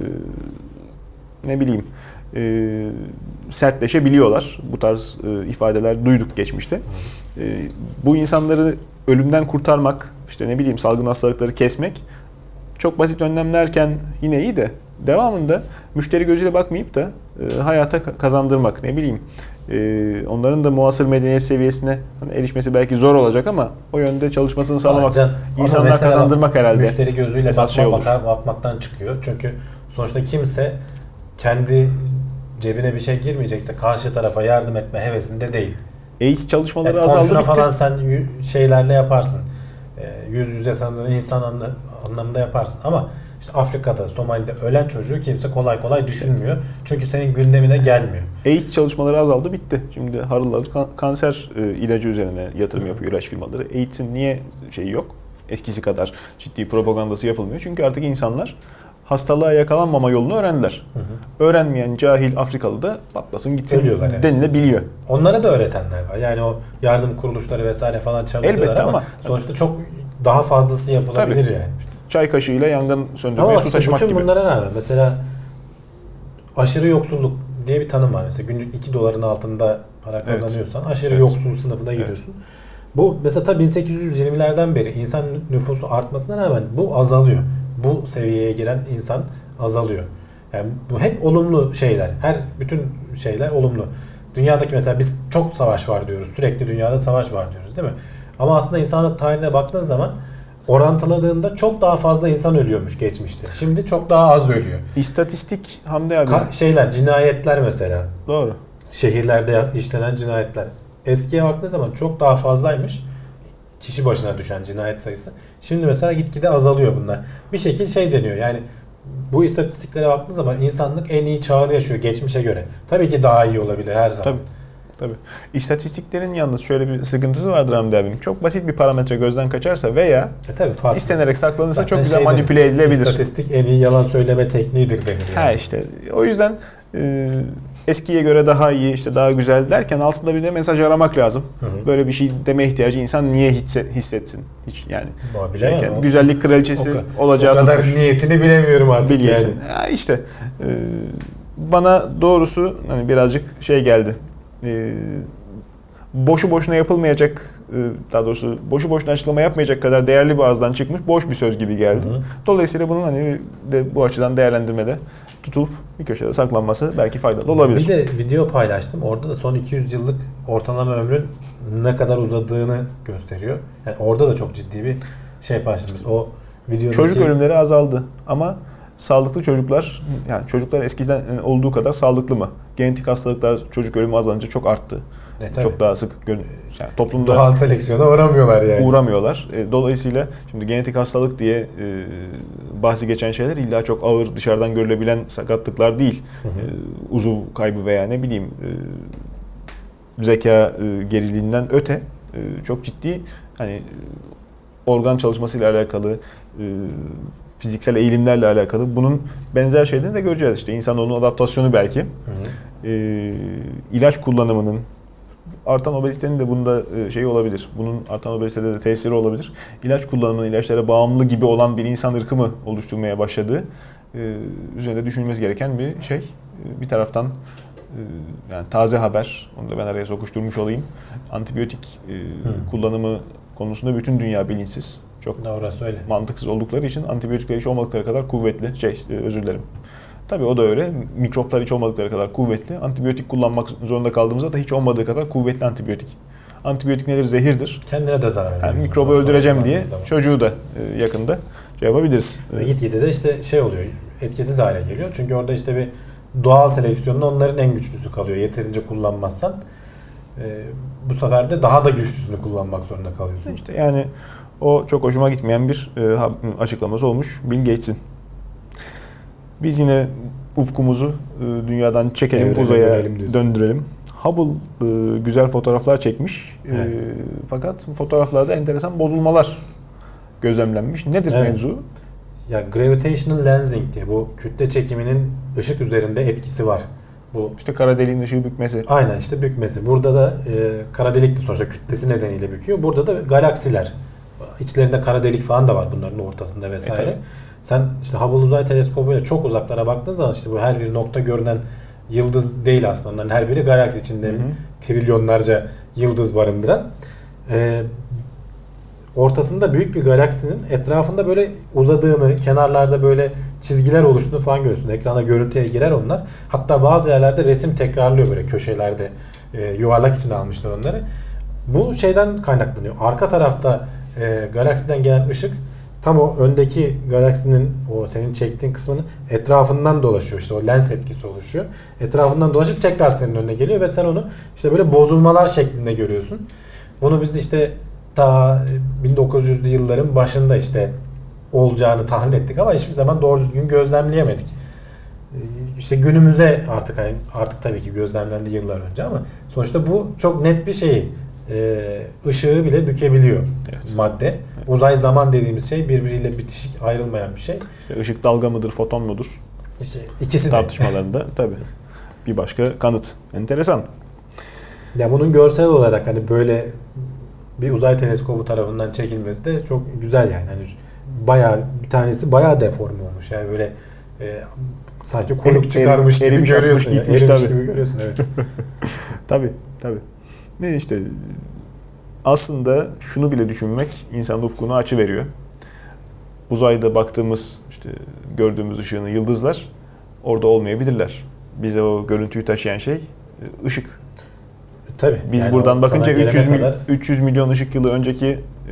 ne bileyim e, sertleşebiliyorlar. Bu tarz e, ifadeler duyduk geçmişte. E, bu insanları ölümden kurtarmak, işte ne bileyim salgın hastalıkları kesmek çok basit önlemlerken yine iyi de devamında müşteri gözüyle bakmayıp da e, hayata kazandırmak, ne bileyim e, onların da muasır medeniyet seviyesine hani erişmesi belki zor olacak ama o yönde çalışmasını sağlamak, Can, insanlar kazandırmak herhalde. Müşteri gözüyle bakmak, şey bakar, bakmaktan çıkıyor. Çünkü sonuçta kimse kendi cebine bir şey girmeyecekse karşı tarafa yardım etme hevesinde değil. AIDS çalışmaları yani azaldı bitti. falan sen şeylerle yaparsın. E, yüz yüze tanıdığın insan anlamında yaparsın ama İşte Afrika'da, Somali'de ölen çocuğu kimse kolay kolay düşünmüyor. Çünkü senin gündemine gelmiyor. AIDS çalışmaları azaldı, bitti. Şimdi harıl harıl kanser ilacı üzerine yatırım yapıyor ilaç firmaları. AIDS'in niye şeyi yok? Eskisi kadar ciddi propagandası yapılmıyor. Çünkü artık insanlar hastalığa yakalanmama yolunu öğrendiler. Hı hı. Öğrenmeyen cahil Afrikalı da patlasın gitsin yani. denilebiliyor. Onlara da öğretenler var. Yani o yardım kuruluşları vesaire falan çağırıyorlar ama, ama sonuçta çok daha fazlası yapılabilir tabii. Yani. Çay kaşığıyla yangın söndürmeye su taşımak gibi. Bütün bunlara rağmen mesela aşırı yoksulluk diye bir tanım var. Mesela günlük iki doların altında para kazanıyorsan evet. aşırı evet. yoksul sınıfına giriyorsun. Evet. Bu mesela tabii bin sekiz yüz yirmilerden beri insan nüfusu artmasına rağmen bu azalıyor. Bu seviyeye giren insan azalıyor. Yani bu hep olumlu şeyler. Her bütün şeyler olumlu. Dünyadaki mesela biz çok savaş var diyoruz. Sürekli dünyada savaş var diyoruz değil mi? Ama aslında insanlık tarihine baktığın zaman orantıladığında çok daha fazla insan ölüyormuş geçmişte. Şimdi çok daha az ölüyor. İstatistik Hamdi abi. Ka- şeyler, cinayetler mesela. Doğru. Şehirlerde işlenen cinayetler. Eskiye baktığın zaman çok daha fazlaymış. Kişi başına düşen cinayet sayısı. Şimdi mesela gitgide azalıyor bunlar. Bir şekil şey deniyor yani bu istatistiklere baktığın zaman insanlık en iyi çağını yaşıyor geçmişe göre. Tabii ki daha iyi olabilir her zaman. Tabii. Tabii. İstatistiklerin yalnız şöyle bir sıkıntısı vardır Hamdi abim. Çok basit bir parametre gözden kaçarsa veya e tabii, istenerek saklanırsa zaten çok güzel şey manipüle denir, edilebilir. İstatistik en iyi yalan söyleme tekniğidir denir. Yani. Ha işte o yüzden e, eskiye göre daha iyi, işte daha güzel derken altında bir de mesaj aramak lazım. Hı hı. Böyle bir şey deme ihtiyacı insan niye hissetsin? Hiç yani. Şeyken, yani güzellik kraliçesi o, olacağı tutmuş. O kadar tutmuş. Niyetini bilemiyorum artık. Bilyesin. Yani. Ya işte e, bana doğrusu hani birazcık şey geldi. Ee, boşu boşuna yapılmayacak, daha doğrusu boşu boşuna açıklama yapmayacak kadar değerli bir ağızdan çıkmış boş bir söz gibi geldi. Hı hı. Dolayısıyla bunun hani de bu açıdan değerlendirmede tutulup bir köşede saklanması belki faydalı olabilir. Bir de video paylaştım. Orada da son iki yüz yıllık ortalama ömrün ne kadar uzadığını gösteriyor. Yani orada da çok ciddi bir şey paylaşmış. O videodaki... Çocuk ölümleri azaldı ama sağlıklı çocuklar, yani çocuklar eskiden olduğu kadar sağlıklı mı? Genetik hastalıklar çocuk ölümü azalınca çok arttı. E, çok daha sık yani toplumda doğal seleksiyona uğramıyorlar yani. Uğramıyorlar. Dolayısıyla şimdi genetik hastalık diye e, bahsi geçen şeyler illa çok ağır dışarıdan görülebilen sakatlıklar değil. Hı hı. E, uzuv kaybı veya ne bileyim e, zeka e, geriliğinden öte e, çok ciddi hani organ çalışmasıyla alakalı, e, fiziksel eğilimlerle alakalı bunun benzer şeylerini de göreceğiz. İşte insanoğlunun adaptasyonu belki. Hı hı. E, ilaç kullanımının, artan obezitenin de bunda şey olabilir. Bunun artan obezitede de tesiri olabilir. İlaç kullanımının ilaçlara bağımlı gibi olan bir insan ırkı mı oluşturmaya başladığı e, üzerinde düşünülmesi gereken bir şey. E, bir taraftan e, yani taze haber, onu da ben araya sokuşturmuş olayım. Antibiyotik e, kullanımı konusunda bütün dünya bilinçsiz. Çok orası öyle. Mantıksız oldukları için antibiyotikler hiç olmadıkları kadar kuvvetli. Şey, özür dilerim. Tabii o da öyle. Mikroplar hiç olmadıkları kadar kuvvetli. Antibiyotik kullanmak zorunda kaldığımızda da hiç olmadığı kadar kuvvetli antibiyotik. Antibiyotik nedir? Zehirdir. Kendine de zarar veriyor. Yani mikrobu öldüreceğim diye zaman. Çocuğu da yakında şey yapabiliriz. Gitgide de işte şey oluyor, etkisiz hale geliyor. Çünkü orada işte bir doğal seleksiyonda onların en güçlüsü kalıyor. Yeterince kullanmazsan bu sefer de daha da güçlüsünü kullanmak zorunda kalıyorsun. İşte yani o çok hoşuma gitmeyen bir açıklaması olmuş Bill Gates'in. Biz yine ufkumuzu e, dünyadan çekelim, Evrene uzaya döndürelim. Hubble e, güzel fotoğraflar çekmiş. Evet. E, fakat fotoğraflarda enteresan bozulmalar gözlemlenmiş. Nedir evet. mevzu? Ya gravitational lensing diye bu kütle çekiminin ışık üzerinde etkisi var. Bu işte kara deliğin ışığı bükmesi. Aynen işte bükmesi. Burada da e, kara delik de sonuçta kütlesi nedeniyle büküyor. Burada da galaksiler. İçlerinde kara delik falan da var bunların ortasında vesaire. E, Sen işte Hubble Uzay Teleskobu'yla çok uzaklara baktığın zaman işte bu her bir nokta görünen yıldız değil aslında. Onların her biri galaksi içinde hı hı. trilyonlarca yıldız barındıran. Ee, ortasında büyük bir galaksinin etrafında böyle uzadığını, kenarlarda böyle çizgiler oluştuğunu falan görüyorsun. Ekrana görüntüye girer onlar. Hatta bazı yerlerde resim tekrarlıyor böyle köşelerde. E, yuvarlak içine almışlar onları. Bu şeyden kaynaklanıyor. Arka tarafta e, galaksiden gelen ışık tam o öndeki galaksinin o senin çektiğin kısmının etrafından dolaşıyor. İşte o lens etkisi oluşuyor. Etrafından dolaşıp tekrar senin önüne geliyor ve sen onu işte böyle bozulmalar şeklinde görüyorsun. Bunu biz işte ta bin dokuz yüzlü yılların başında işte olacağını tahmin ettik ama hiçbir zaman doğru düzgün gözlemleyemedik. İşte günümüze artık hani artık tabii ki gözlemlendi yıllar önce ama sonuçta bu çok net bir şey. Ee, ışığı bile bükebiliyor evet. madde. Evet. Uzay zaman dediğimiz şey birbiriyle bitişik ayrılmayan bir şey. İşte ışık dalga mıdır, foton mudur? İşte ikisi tartışmalarında tabii bir başka kanıt. Enteresan. Ya bunun görsel olarak hani böyle bir uzay teleskobu tarafından çekilmesi de çok güzel yani. Hani bayağı bir tanesi bayağı deforme olmuş. Yani böyle e, sanki konuk çıkarmış gibi erimiş, görüyorsun. Ya. Gitmiş, erimiş tabii. gibi görüyorsun evet. tabii tabii. Ne işte aslında şunu bile düşünmek insan ufkunu açıveriyor. Uzayda baktığımız işte gördüğümüz ışığın yıldızlar orada olmayabilirler. Bize o görüntüyü taşıyan şey ışık. Tabii. Biz yani buradan bakınca üç yüz, kadar... üç yüz milyon ışık yılı önceki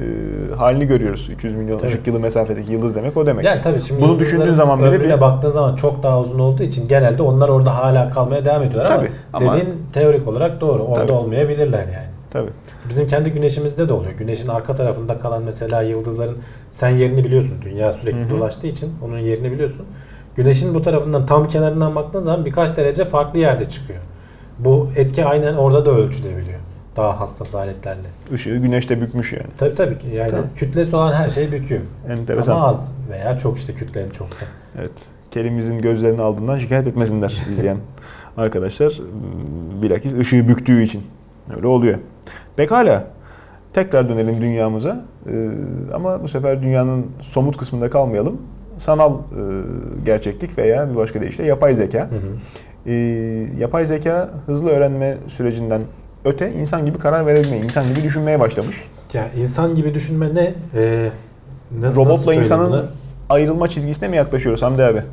e, halini görüyoruz. üç yüz milyon tabii. ışık yılı mesafedeki yıldız demek o demek. Yani tabii şimdi bunu düşündüğün zaman bile ömrüne bir... baktığın zaman çok daha uzun olduğu için genelde onlar orada hala kalmaya devam ediyorlar tabii, ama, ama dediğin teorik olarak doğru. Orada tabii. olmayabilirler yani. Tabii. Bizim kendi güneşimizde de oluyor. Güneşin arka tarafında kalan mesela yıldızların sen yerini biliyorsun. Dünya sürekli Hı-hı. dolaştığı için onun yerini biliyorsun. Güneşin bu tarafından tam kenarından baktığın zaman birkaç derece farklı yerde çıkıyor. Bu etki aynen orada da ölçülebiliyor. Daha hassas aletlerle. Işığı güneşte bükmüş yani. Tabii tabii ki. Yani tamam. kütlesi olan her şey büküyor. Enteresan. Ama az veya çok işte kütlenin çoksa. Evet. Kerimizin gözlerini aldığından şikayet etmesinler izleyen arkadaşlar. Bilakis ışığı büktüğü için. Öyle oluyor. Pekala. Tekrar dönelim dünyamıza. Ee, ama bu sefer dünyanın somut kısmında kalmayalım. Sanal e, gerçeklik veya bir başka deyişle yapay zeka. Hı hı. Ee, yapay zeka hızlı öğrenme sürecinden öte insan gibi karar verebilmeyi, insan gibi düşünmeye başlamış. Ya insan gibi düşünme ne? Ee, ne Robotla insanın bunu? ayrılma çizgisine mi yaklaşıyoruz Hamdi abi?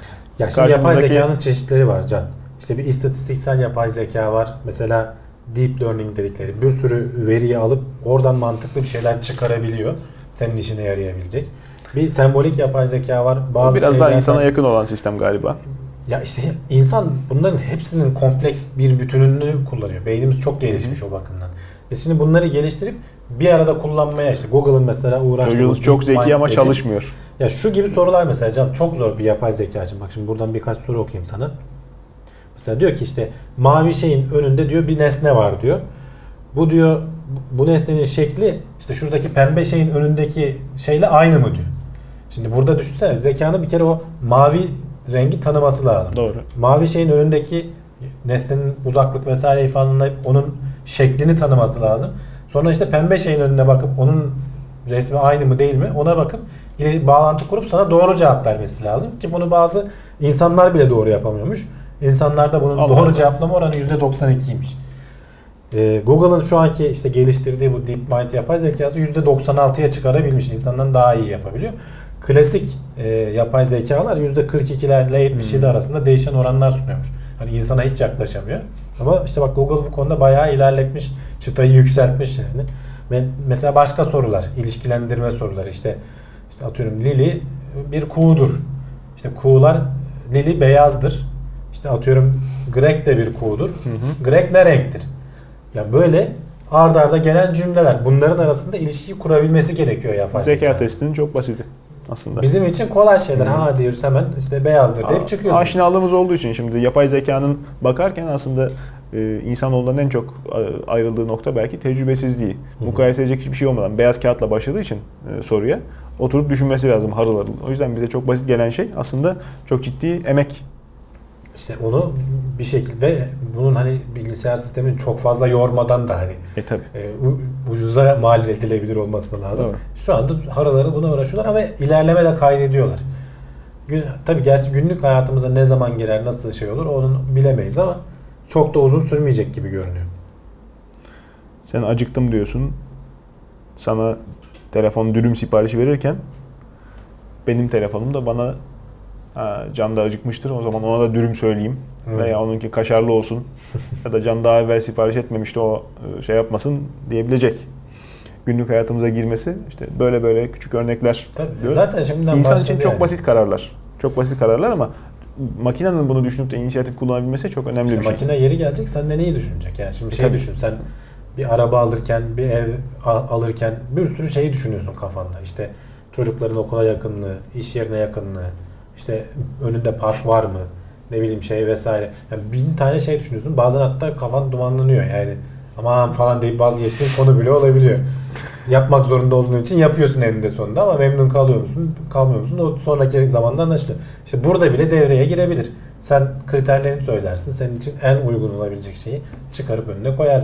Ya şimdi yapay zekanın çeşitleri var Can. İşte bir istatistiksel yapay zeka var. Mesela deep learning dedikleri bir sürü veriyi alıp oradan mantıklı bir şeyler çıkarabiliyor. Senin işine yarayabilecek. Bir sembolik yapay zeka var. Bazı o biraz daha insana yakın olan sistem galiba. Ya işte insan bunların hepsinin kompleks bir bütününü kullanıyor. Beynimiz çok gelişmiş o bakımdan. Biz şimdi bunları geliştirip bir arada kullanmaya işte Google'ın mesela uğraştığı... Çocuğunuz çok zeki ama dedi. çalışmıyor. Ya şu gibi sorular mesela Can çok zor bir yapay zeka için. Bak şimdi buradan birkaç soru okuyayım sana. Mesela diyor ki işte mavi şeyin önünde diyor bir nesne var diyor. Bu diyor bu nesnenin şekli işte şuradaki pembe şeyin önündeki şeyle aynı mı diyor. Şimdi burada düşünsene zekanın bir kere o mavi rengi tanıması lazım. Doğru. Mavi şeyin önündeki nesnenin uzaklık vesaireyi falan anlayıp onun şeklini tanıması lazım. Sonra işte pembe şeyin önüne bakıp onun resmi aynı mı değil mi ona bakıp ile bağlantı kurup sana doğru cevap vermesi lazım ki bunu bazı insanlar bile doğru yapamıyormuş. İnsanlarda bunun Allah doğru Allah. cevaplama oranı yüzde doksan ikiymiş. Ee, Google'ın şu anki işte geliştirdiği bu DeepMind yapay zekası yüzde doksan altıya çıkarabilmiş. İnsandan daha iyi yapabiliyor. Klasik e, yapay zekalar yüzde kırk ikilerle yetmiş yedi hmm. arasında değişen oranlar sunuyormuş. Hani insana hiç yaklaşamıyor. Ama işte bak Google bu konuda bayağı ilerletmiş. Çıtayı yükseltmiş yani. Ve mesela başka sorular, ilişkilendirme soruları işte işte atıyorum Lili bir kuğudur. İşte kuğular Lili beyazdır. İşte atıyorum Greg de bir kuğudur. Hı hı. Greg ne renktir? Ya böyle arda arda gelen cümleler. Bunların arasında ilişkiyi kurabilmesi gerekiyor yapay zeka. Zeka testinin çok basiti aslında. Bizim için kolay şeyler. Hmm. Ha diyoruz hemen işte beyazdır deyip çıkıyorsun. Aşinalığımız olduğu için şimdi yapay zekanın bakarken aslında e, insanoğlundan en çok ayrıldığı nokta belki tecrübesizliği. Hmm. Mukayese edecek hiçbir şey olmadan beyaz kağıtla başladığı için e, soruya oturup düşünmesi lazım harıl harıl. O yüzden bize çok basit gelen şey aslında çok ciddi emek. İşte onu bir şekilde ve bunun hani bilgisayar sistemini çok fazla yormadan da hani e, tabii. E, ucuza mal edilebilir olması lazım. Doğru. Şu anda haraları buna uğraşıyorlar ama ilerleme de kaydediyorlar. Gün, tabii gerçi günlük hayatımıza ne zaman girer, nasıl şey olur onu bilemeyiz ama çok da uzun sürmeyecek gibi görünüyor. Sen acıktım diyorsun. Sana telefon dürüm siparişi verirken benim telefonum da bana ha, Can da acıkmıştır, o zaman ona da dürüm söyleyeyim. Hmm. Veya onunki kaşarlı olsun. Ya da Can daha evvel sipariş etmemişti, o şey yapmasın diyebilecek. Günlük hayatımıza girmesi, işte böyle böyle küçük örnekler. Tabii, zaten şimdiden İnsan için yani. çok basit kararlar. Çok basit kararlar ama makinenin bunu düşünüp de inisiyatif kullanabilmesi çok önemli işte bir şey. Makine yeri gelecek, sen de neyi düşünecek? Yani şimdi E, şey tabii. düşün, sen bir araba alırken, bir ev alırken bir sürü şeyi düşünüyorsun kafanda. İşte çocukların okula yakınlığı, iş yerine yakınlığı, işte önünde park var mı, ne bileyim şey vesaire. Yani bin tane şey düşünüyorsun. Bazen hatta kafan dumanlanıyor yani. Aman falan deyip vazgeçtiğin konu bile olabiliyor. Yapmak zorunda olduğun için yapıyorsun eninde sonunda ama memnun kalıyor musun, kalmıyor musun? O sonraki zamanda anlaşılıyor. İşte burada bile devreye girebilir. Sen kriterlerini söylersin. Senin için en uygun olabilecek şeyi çıkarıp önüne koyar.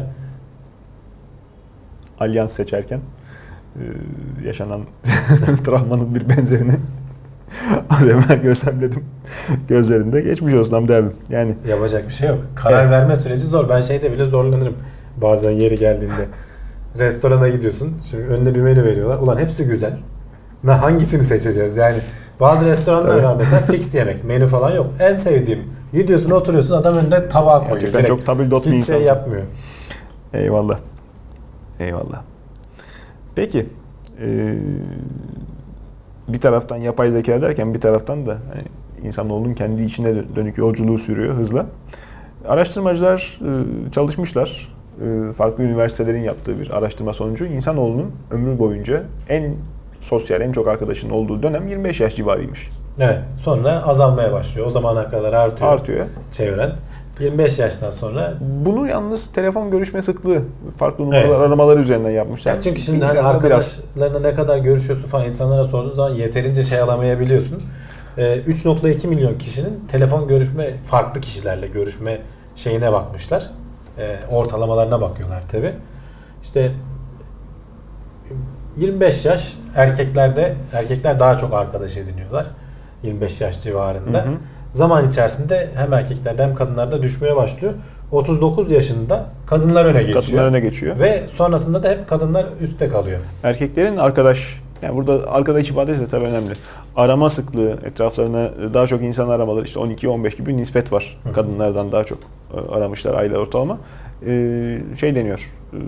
Alyans seçerken yaşanan travmanın bir benzerini az evvel gözlemledim. Gözlerinde geçmiş olsun Hamdi abi. Yani yapacak bir şey yok. Karar evet. verme süreci zor. Ben şeyde bile zorlanırım. Bazen yeri geldiğinde. Restorana gidiyorsun. Şimdi önüne bir menü veriyorlar. Ulan hepsi güzel. Ne hangisini seçeceğiz? Yani bazı restoranlar var mesela fix yemek. Menü falan yok. En sevdiğim. Gidiyorsun, oturuyorsun, adam önünde tabağa koyuyor. Gerçekten direkt. Çok tabildot bir insansın. Hiç şey yapmıyor. Eyvallah. Eyvallah. Peki. Ee, bir taraftan yapay zeka derken bir taraftan da hani insanoğlunun kendi içine dönük yolculuğu sürüyor hızla. Araştırmacılar e, çalışmışlar. E, farklı üniversitelerin yaptığı bir araştırma sonucu insanoğlunun ömrü boyunca en sosyal, en çok arkadaşının olduğu dönem yirmi beş yaş civarıymış. Evet. Sonra azalmaya başlıyor. O zamana kadar artıyor. Artıyor. Çevren. yirmi beş yaştan sonra. Bunu yalnız telefon görüşme sıklığı, farklı numaralar evet. aramaları üzerinden yapmışlar. Yani çünkü şimdi hani arkadaşlarına ne kadar görüşüyorsun falan insanlara sorduğun zaman yeterince şey alamayabiliyorsun. Ee, üç nokta iki milyon kişinin telefon görüşme, farklı kişilerle görüşme şeyine bakmışlar. Ee, ortalamalarına bakıyorlar tabi. İşte yirmi beş yaş erkeklerde, erkekler daha çok arkadaş ediniyorlar. yirmi beş yaş civarında. Hı hı. Zaman içerisinde hem erkeklerde hem kadınlarda düşmeye başlıyor. otuz dokuz yaşında kadınlar öne geçiyor. Kadınlar öne geçiyor. Ve sonrasında da hep kadınlar üstte kalıyor. Erkeklerin arkadaş, yani burada arkadaş ifadesi de tabii önemli. Arama sıklığı, etraflarına daha çok insan aramaları, işte on iki on beş gibi bir nispet var. Hı. Kadınlardan daha çok aramışlar aylar ortalama. Ee, şey deniyor,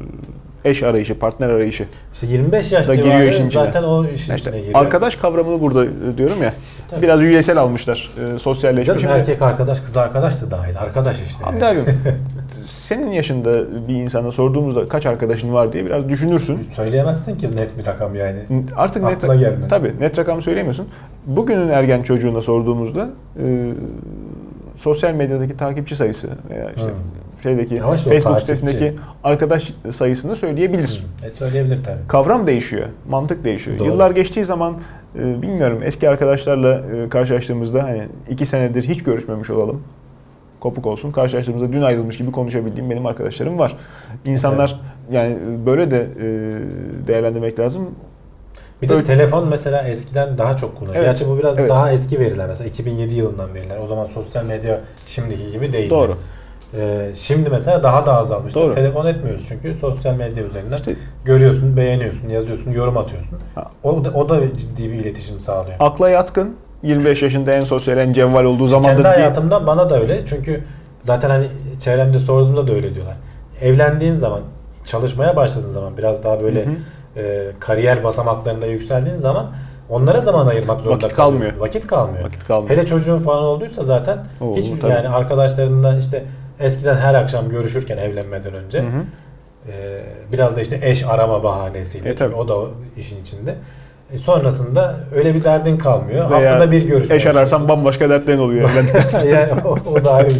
eş arayışı, partner arayışı. İşte yirmi beş yaş civarı zaten o işin işte içine giriyor. Arkadaş kavramını burada diyorum ya, tabii. Biraz yüzeysel almışlar, e, sosyalleşmiş. Canım, erkek arkadaş, kız arkadaş da dahil. Arkadaş işte. Hamdi abim, senin yaşında bir insana sorduğumuzda kaç arkadaşın var diye biraz düşünürsün. Söyleyemezsin ki net bir rakam yani. Artık net, tabii, net rakam söyleyemiyorsun. Bugünün ergen çocuğuna sorduğumuzda e, sosyal medyadaki takipçi sayısı veya işte hmm. şeydeki Yavaş Facebook sitesindeki arkadaş sayısını söyleyebilir. Hmm. E, söyleyebilir tabii. Kavram değişiyor, mantık değişiyor. Doğru. Yıllar geçtiği zaman e, bilmiyorum, eski arkadaşlarla e, karşılaştığımızda hani iki senedir hiç görüşmemiş olalım. Kopuk olsun. Karşılaştığımızda dün ayrılmış gibi konuşabildiğim benim arkadaşlarım var. İnsanlar evet. yani böyle de e, değerlendirmek lazım. Bir de Öyle. telefon mesela eskiden daha çok kullanılıyor. Evet. Gerçi bu biraz evet. daha eski veriler. Mesela iki bin yedi yılından veriler. O zaman sosyal medya şimdiki gibi değil. Doğru. Ee, şimdi mesela daha da azalmış. Doğru. Telefon etmiyoruz çünkü sosyal medya üzerinden işte, görüyorsun, beğeniyorsun, yazıyorsun, yorum atıyorsun. O da, o da ciddi bir iletişim sağlıyor. Akla yatkın. yirmi beş yaşında en sosyal, en cevval olduğu zamandır Kendi hayatımdan diye. Bana da öyle. Çünkü zaten hani çevremde sorduğumda da öyle diyorlar. Evlendiğin zaman, çalışmaya başladığın zaman, biraz daha böyle hı hı. E, kariyer basamaklarında yükseldiğin zaman onlara zaman ayırmak zorunda Vakit kalmıyor. Vakit kalmıyor. Vakit kalmıyor. Hele çocuğun falan olduysa zaten Oo, hiç tabii. yani arkadaşlarından işte eskiden her akşam görüşürken evlenmeden önce hı hı. E, biraz da işte eş arama bahanesiyle. E, çünkü o da o işin içinde. E sonrasında öyle bir derdin kalmıyor. Veya haftada bir görüşme. Eş ararsan bambaşka dertlerin oluyor. yani o, o da ayrı bir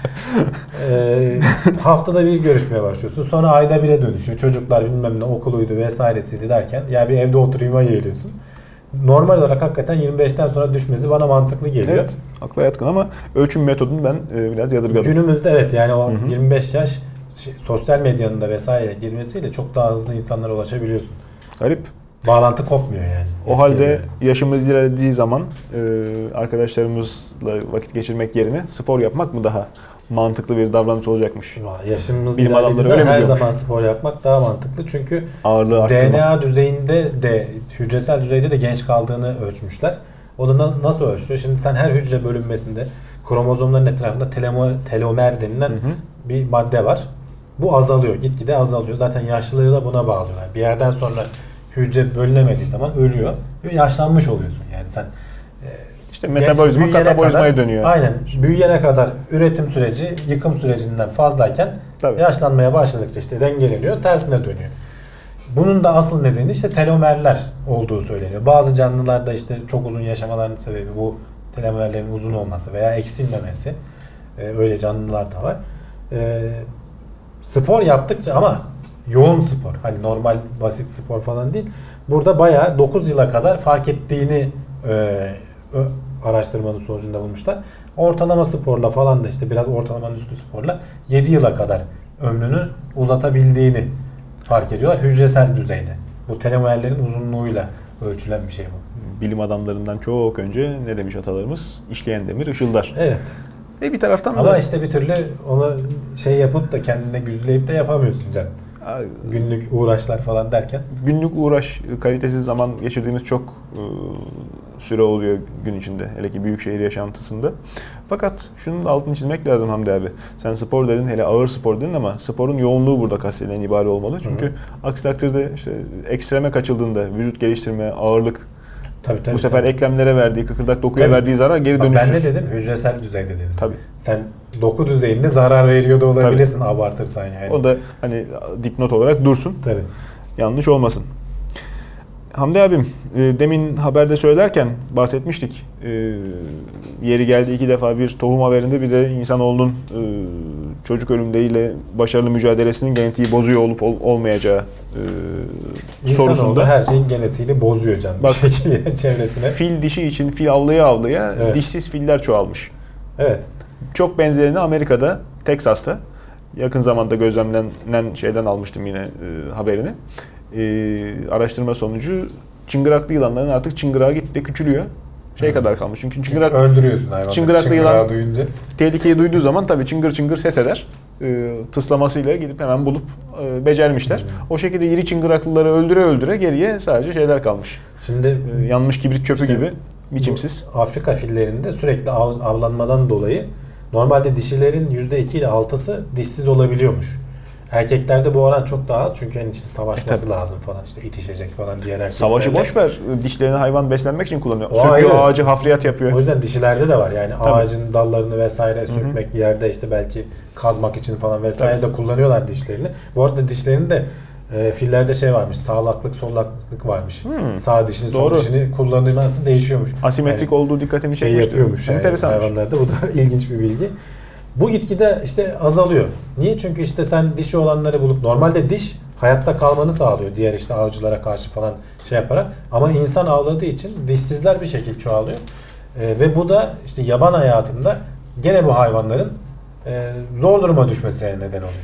e, haftada bir görüşmeye başlıyorsun. Sonra ayda bire dönüşüyor. Çocuklar bilmem ne okuluydu vesairesiydi derken ya bir evde oturayım'a geliyorsun. Normal olarak hakikaten yirmi beşten sonra düşmesi bana mantıklı geliyor. Evet. Akla yatkın ama ölçüm metodunu ben e, biraz yadırgadım. Günümüzde evet yani o Hı-hı. yirmi beş yaş şey, sosyal medyanın da vesaire girmesiyle çok daha hızlı insanlara ulaşabiliyorsun. Garip. Bağlantı kopmuyor yani. O halde yani. Yaşımız ilerlediği zaman e, arkadaşlarımızla vakit geçirmek yerine spor yapmak mı daha mantıklı bir davranış olacakmış. Yaşımız Bilim adamları ilerlediğinde öyle mi her diyormuş? zaman spor yapmak daha mantıklı. Çünkü Ağırlığı arttırmak. D N A düzeyinde de, hücresel düzeyde de genç kaldığını ölçmüşler. O da na- nasıl ölçüyor? Şimdi sen her hücre bölünmesinde kromozomların etrafında telemo- telomer denilen Hı hı. bir madde var. Bu azalıyor. Gitgide azalıyor. Zaten yaşlılığı da buna bağlıyorlar. Bir yerden sonra hücre bölünemediği zaman ölüyor. Ve yaşlanmış oluyorsun. Yani sen İşte metabolizma büyüyene katabolizmaya kadar- dönüyor. Aynen. Büyüyene kadar üretim süreci yıkım sürecinden fazlayken Tabii. yaşlanmaya başladıkça işte dengeleniyor, tersine dönüyor. Bunun da asıl nedeni işte telomerler olduğu söyleniyor. Bazı canlılarda işte çok uzun yaşamalarının sebebi bu telomerlerin uzun olması veya eksilmemesi. Ee, öyle canlılar da var. Ee, spor yaptıkça ama yoğun spor. Hani normal basit spor falan değil. Burada bayağı dokuz yıla kadar fark ettiğini e, ö, araştırmanın sonucunda bulmuşlar. Ortalama sporla falan da işte biraz ortalamanın üstü sporla yedi yıla kadar ömrünü uzatabildiğini fark ediyorlar hücresel düzeyde. Bu telomerlerin uzunluğuyla ölçülen bir şey bu. Bilim adamlarından çok önce ne demiş atalarımız? İşleyen demir ışıldar. Evet. E bir taraftan Ama da işte bir türlü onu şey yapıp da kendine gülleyip de yapamıyorsun can. Günlük uğraşlar falan derken. günlük uğraş, kalitesiz zaman geçirdiğimiz çok e, süre oluyor gün içinde. Hele ki büyük şehir yaşantısında. Fakat şunun altını çizmek lazım Hamdi abi. Sen spor dedin, hele ağır spor dedin ama sporun yoğunluğu burada kastedilen ibare olmalı. Çünkü hı hı. aksi takdirde işte ekstreme kaçıldığında vücut geliştirme, ağırlık tabii, tabii, bu sefer tabii. eklemlere verdiği, kıkırdak dokuya tabii. verdiği zarar geri dönüşsüz. Ben ne dedim? Hücresel düzeyde dedim. Tabii. Sen doku düzeyinde zarar veriyor da olabilirsin tabii. Abartırsan yani. O da hani dipnot olarak dursun. Tabii. Yanlış olmasın. Hamdi abim, demin haberde söylerken bahsetmiştik. Yeri geldi iki defa bir tohum haberinde bir de insanoğlunun çocuk ölümleriyle başarılı mücadelesinin genetiği bozuyor olup olmayacağı sorusunda. İnsanoğlu her şeyin genetiğini bozuyor canım. Bak, bir şekilde çevresine. Fil dişi için fil avlaya avlaya evet. dişsiz filler çoğalmış. Evet. Çok benzerini Amerika'da, Teksas'ta yakın zamanda gözlemlenen şeyden almıştım yine e, haberini. E, araştırma sonucu çıngıraklı yılanların artık çıngırağı gittikçe küçülüyor. Şey Hı. kadar kalmış. Çünkü çıngırak öldürüyorsun hayvanı. Çıngıraklı yılan duyunca. Tehlikeyi duyduğu zaman tabii çıngır çıngır ses eder. E, tıslamasıyla gidip hemen bulup e, becermişler. Hı. O şekilde iri çıngıraklıları öldüre öldüre geriye sadece şeyler kalmış. Şimdi e, yanmış kibrit çöpü işte, gibi biçimsiz. Afrika fillerinde sürekli av, avlanmadan dolayı normalde dişilerin yüzde iki ile altısı dişsiz olabiliyormuş. Erkeklerde bu oran çok daha az çünkü hani işte savaşması e, lazım falan işte itişecek falan diğer erkeklerle. Savaşı boş ver. Dişlerini hayvan beslenmek için kullanıyor. O Söküyor ayrı. Ağacı hafriyat yapıyor. O yüzden dişilerde de var yani tabii. Ağacın dallarını vesaire sökmek, Hı-hı. yerde işte belki kazmak için falan vesaire tabii. de kullanıyorlar dişlerini. Bu arada dişlerini de e, fillerde şey varmış, sağlaklık sollaklık varmış. Hmm. Sağ dişini sol dişini kullanılması değişiyormuş. Asimetrik yani, olduğu dikkatimi şey çekmişti. yapıyormuş yani hayvanlarda. Bu da ilginç bir bilgi. Bu gitgide işte azalıyor. Niye? Çünkü işte sen dişi olanları bulup normalde diş hayatta kalmanı sağlıyor. Diğer işte avcılara karşı falan şey yaparak. Ama insan avladığı için dişsizler bir şekilde çoğalıyor. Ee, ve bu da işte yaban hayatında gene bu hayvanların e, zor duruma düşmesine neden oluyor.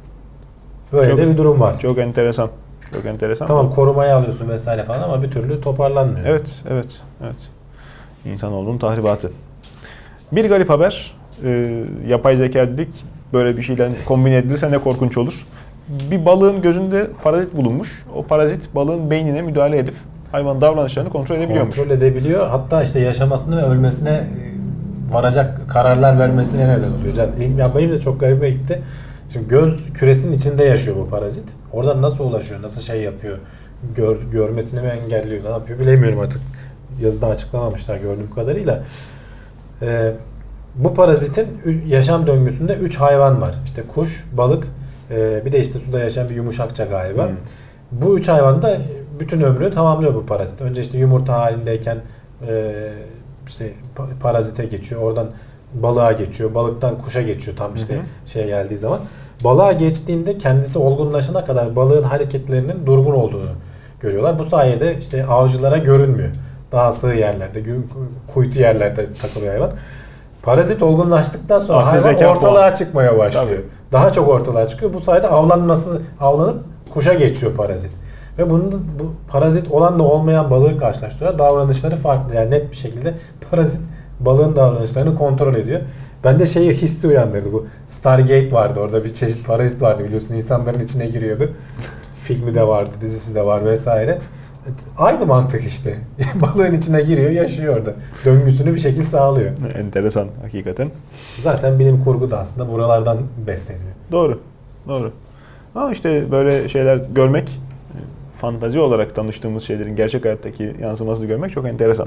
Böyle çok, de bir durum var. Çok enteresan. Çok enteresan. Tamam korumaya alıyorsun vesaire falan ama bir türlü toparlanmıyor. Evet, evet, evet. İnsanoğlunun tahribatı. Bir garip haber. E, yapay zeka dedik. Böyle bir şeyle kombine edilirse ne korkunç olur. Bir balığın gözünde parazit bulunmuş. O parazit balığın beynine müdahale edip hayvan davranışlarını kontrol edebiliyormuş. Kontrol edebiliyor. Hatta işte yaşamasını ve ölmesine varacak kararlar vermesine neden oluyor. Yani, ya benim de çok garibime gitti. Şimdi göz küresinin içinde yaşıyor bu parazit. Oradan nasıl ulaşıyor, nasıl şey yapıyor, gör, görmesini mi engelliyor, ne yapıyor bilemiyorum artık. Yazıda açıklamamışlar gördüğüm kadarıyla. Ee, bu parazitin yaşam döngüsünde üç hayvan var. İşte kuş, balık, e, bir de işte suda yaşayan bir yumuşakça galiba. Hmm. Bu üç hayvan da bütün ömrünü tamamlıyor bu parazit. Önce işte yumurta halindeyken e, işte parazite geçiyor. Oradan balığa geçiyor. Balıktan kuşa geçiyor tam işte hı hı. şeye geldiği zaman. Balığa geçtiğinde kendisi olgunlaşana kadar balığın hareketlerinin durgun olduğunu görüyorlar. Bu sayede işte avcılara görünmüyor. Daha sığ yerlerde, kuytu yerlerde takılıyor hayvan. Parazit olgunlaştıktan sonra Artı hayvan ortalığa puan. çıkmaya başlıyor. Tabii. Daha çok ortalığa çıkıyor. Bu sayede avlanması, avlanıp kuşa geçiyor parazit. Ve bunun bu parazit olanla olmayan balığı karşılaştırıyorlar. Davranışları farklı. Yani net bir şekilde parazit balığın davranışlarını kontrol ediyor. Bende şeyi hissi uyandırdı bu. Stargate vardı. Orada bir çeşit parazit vardı biliyorsun. İnsanların içine giriyordu. Filmi de vardı, dizisi de var vesaire. Aynı mantık işte. Balığın içine giriyor, yaşıyor orada. Döngüsünü bir şekilde sağlıyor. Enteresan hakikaten. Zaten bilim kurgu da aslında buralardan besleniyor. Doğru. Doğru. Ama işte böyle şeyler görmek, fantazi olarak tanıştığımız şeylerin gerçek hayattaki yansımasını görmek çok enteresan.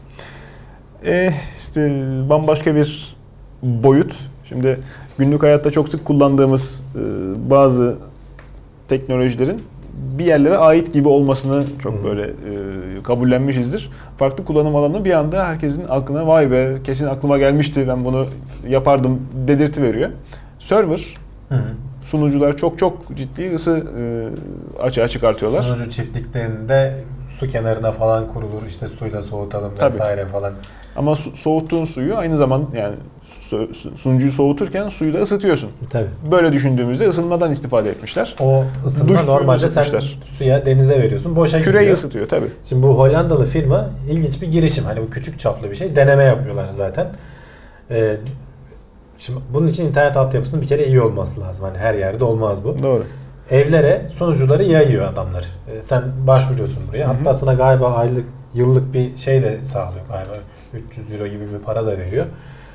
E, işte bambaşka bir boyut. Şimdi günlük hayatta çok sık kullandığımız e, bazı teknolojilerin bir yerlere ait gibi olmasını çok hmm. böyle e, kabullenmişizdir. Farklı kullanım alanı bir anda herkesin aklına vay be kesin aklıma gelmişti ben bunu yapardım dedirti veriyor. Server, hmm. sunucular çok çok ciddi ısı e, açığa çıkartıyorlar. Sunucu çiftliklerinde su kenarına falan kurulur işte suyla soğutalım vesaire Tabii. falan. Ama so- soğuttuğun suyu aynı zaman yani so- sunucuyu soğuturken suyu da ısıtıyorsun. Tabii. Böyle düşündüğümüzde ısınmadan istifade etmişler. O ısınma Duş normalde sen suya denize veriyorsun. Boşa gidiyor. Küreyi ısıtıyor tabii. Şimdi bu Hollandalı firma ilginç bir girişim. Hani bu küçük çaplı bir şey. Deneme yapıyorlar zaten. Ee, şimdi bunun için internet altyapısının bir kere iyi olması lazım. Hani her yerde olmaz bu. Doğru. Evlere sunucuları yayıyor adamlar. Ee, sen başvuruyorsun buraya. Hı-hı. Hatta sana galiba aylık, yıllık bir şey de sağlıyor galiba. üç yüz euro gibi bir para da veriyor.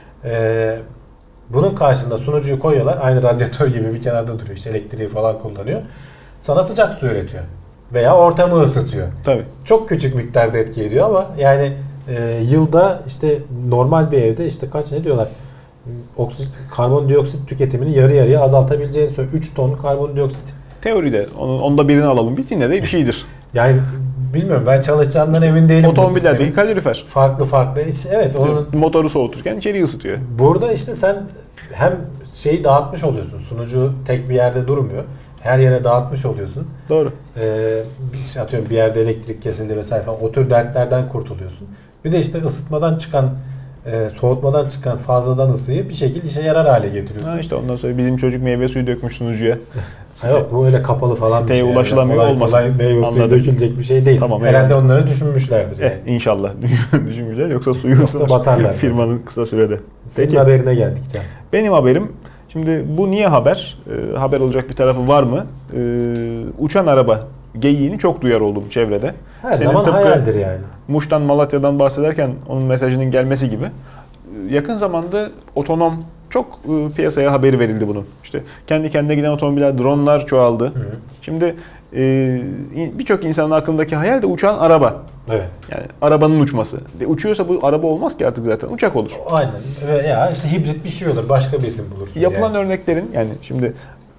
Ee, bunun karşısında sunucuyu koyuyorlar. Aynı radyatör gibi bir kenarda duruyor. İşte elektriği falan kullanıyor. Sana sıcak su üretiyor. Veya ortamı ısıtıyor. Tabii. Çok küçük miktarda etki ediyor ama yani e, yılda işte normal bir evde işte kaç ne diyorlar? Oksijen, karbondioksit tüketimini yarı yarıya azaltabileceğini söylüyor. üç ton karbondioksit. Teoride. Onun, onda birini alalım. Biz yine de bir şeydir. Yani bilmiyorum ben çalışacağımdan işte emin değilim. Otomobillerdeki kalorifer. Farklı farklı. Evet. Onun, motoru soğuturken içeriği ısıtıyor. Burada işte sen hem şeyi dağıtmış oluyorsun. Sunucu tek bir yerde durmuyor. Her yere dağıtmış oluyorsun. Doğru. Ee, bir, atıyorum bir yerde elektrik kesildi vesaire falan. O tür dertlerden kurtuluyorsun. Bir de işte ısıtmadan çıkan e, soğutmadan çıkan fazladan ısıyı bir şekilde işe yarar hale getiriyorsun. Ha işte ondan sonra bizim çocuk meyve suyu dökmüş sunucuya. Site, Yok bu öyle kapalı falan bir şey. Siteye ulaşılamıyor yani. olmasın. Kolay meyve suyu dökülecek bir şey değil. Tamam, herhalde eyvallah. Onları düşünmüşlerdir. Yani. Eh, inşallah düşünmüşler. Yoksa suyu ısınır batarlar firmanın yani. Kısa sürede. Senin Peki, haberine geldik Can. Benim haberim, şimdi bu niye haber? Ee, haber olacak bir tarafı var mı? Ee, uçan araba geyiğini çok duyar oldum çevrede. Her Senin zaman hayaldir yani. Muş'tan Malatya'dan bahsederken onun mesajının gelmesi gibi. Yakın zamanda otonom çok e, piyasaya haberi verildi bunun. İşte kendi kendine giden otomobiller, dronlar çoğaldı. Hı hı. Şimdi e, birçok insanın aklındaki hayal de uçan araba. Evet. Yani arabanın uçması. De, uçuyorsa bu araba olmaz ki artık zaten. Uçak olur. Aynen. Ya işte hibrit bir şey olur. Başka bir isim bulursun. Yapılan yani. örneklerin yani şimdi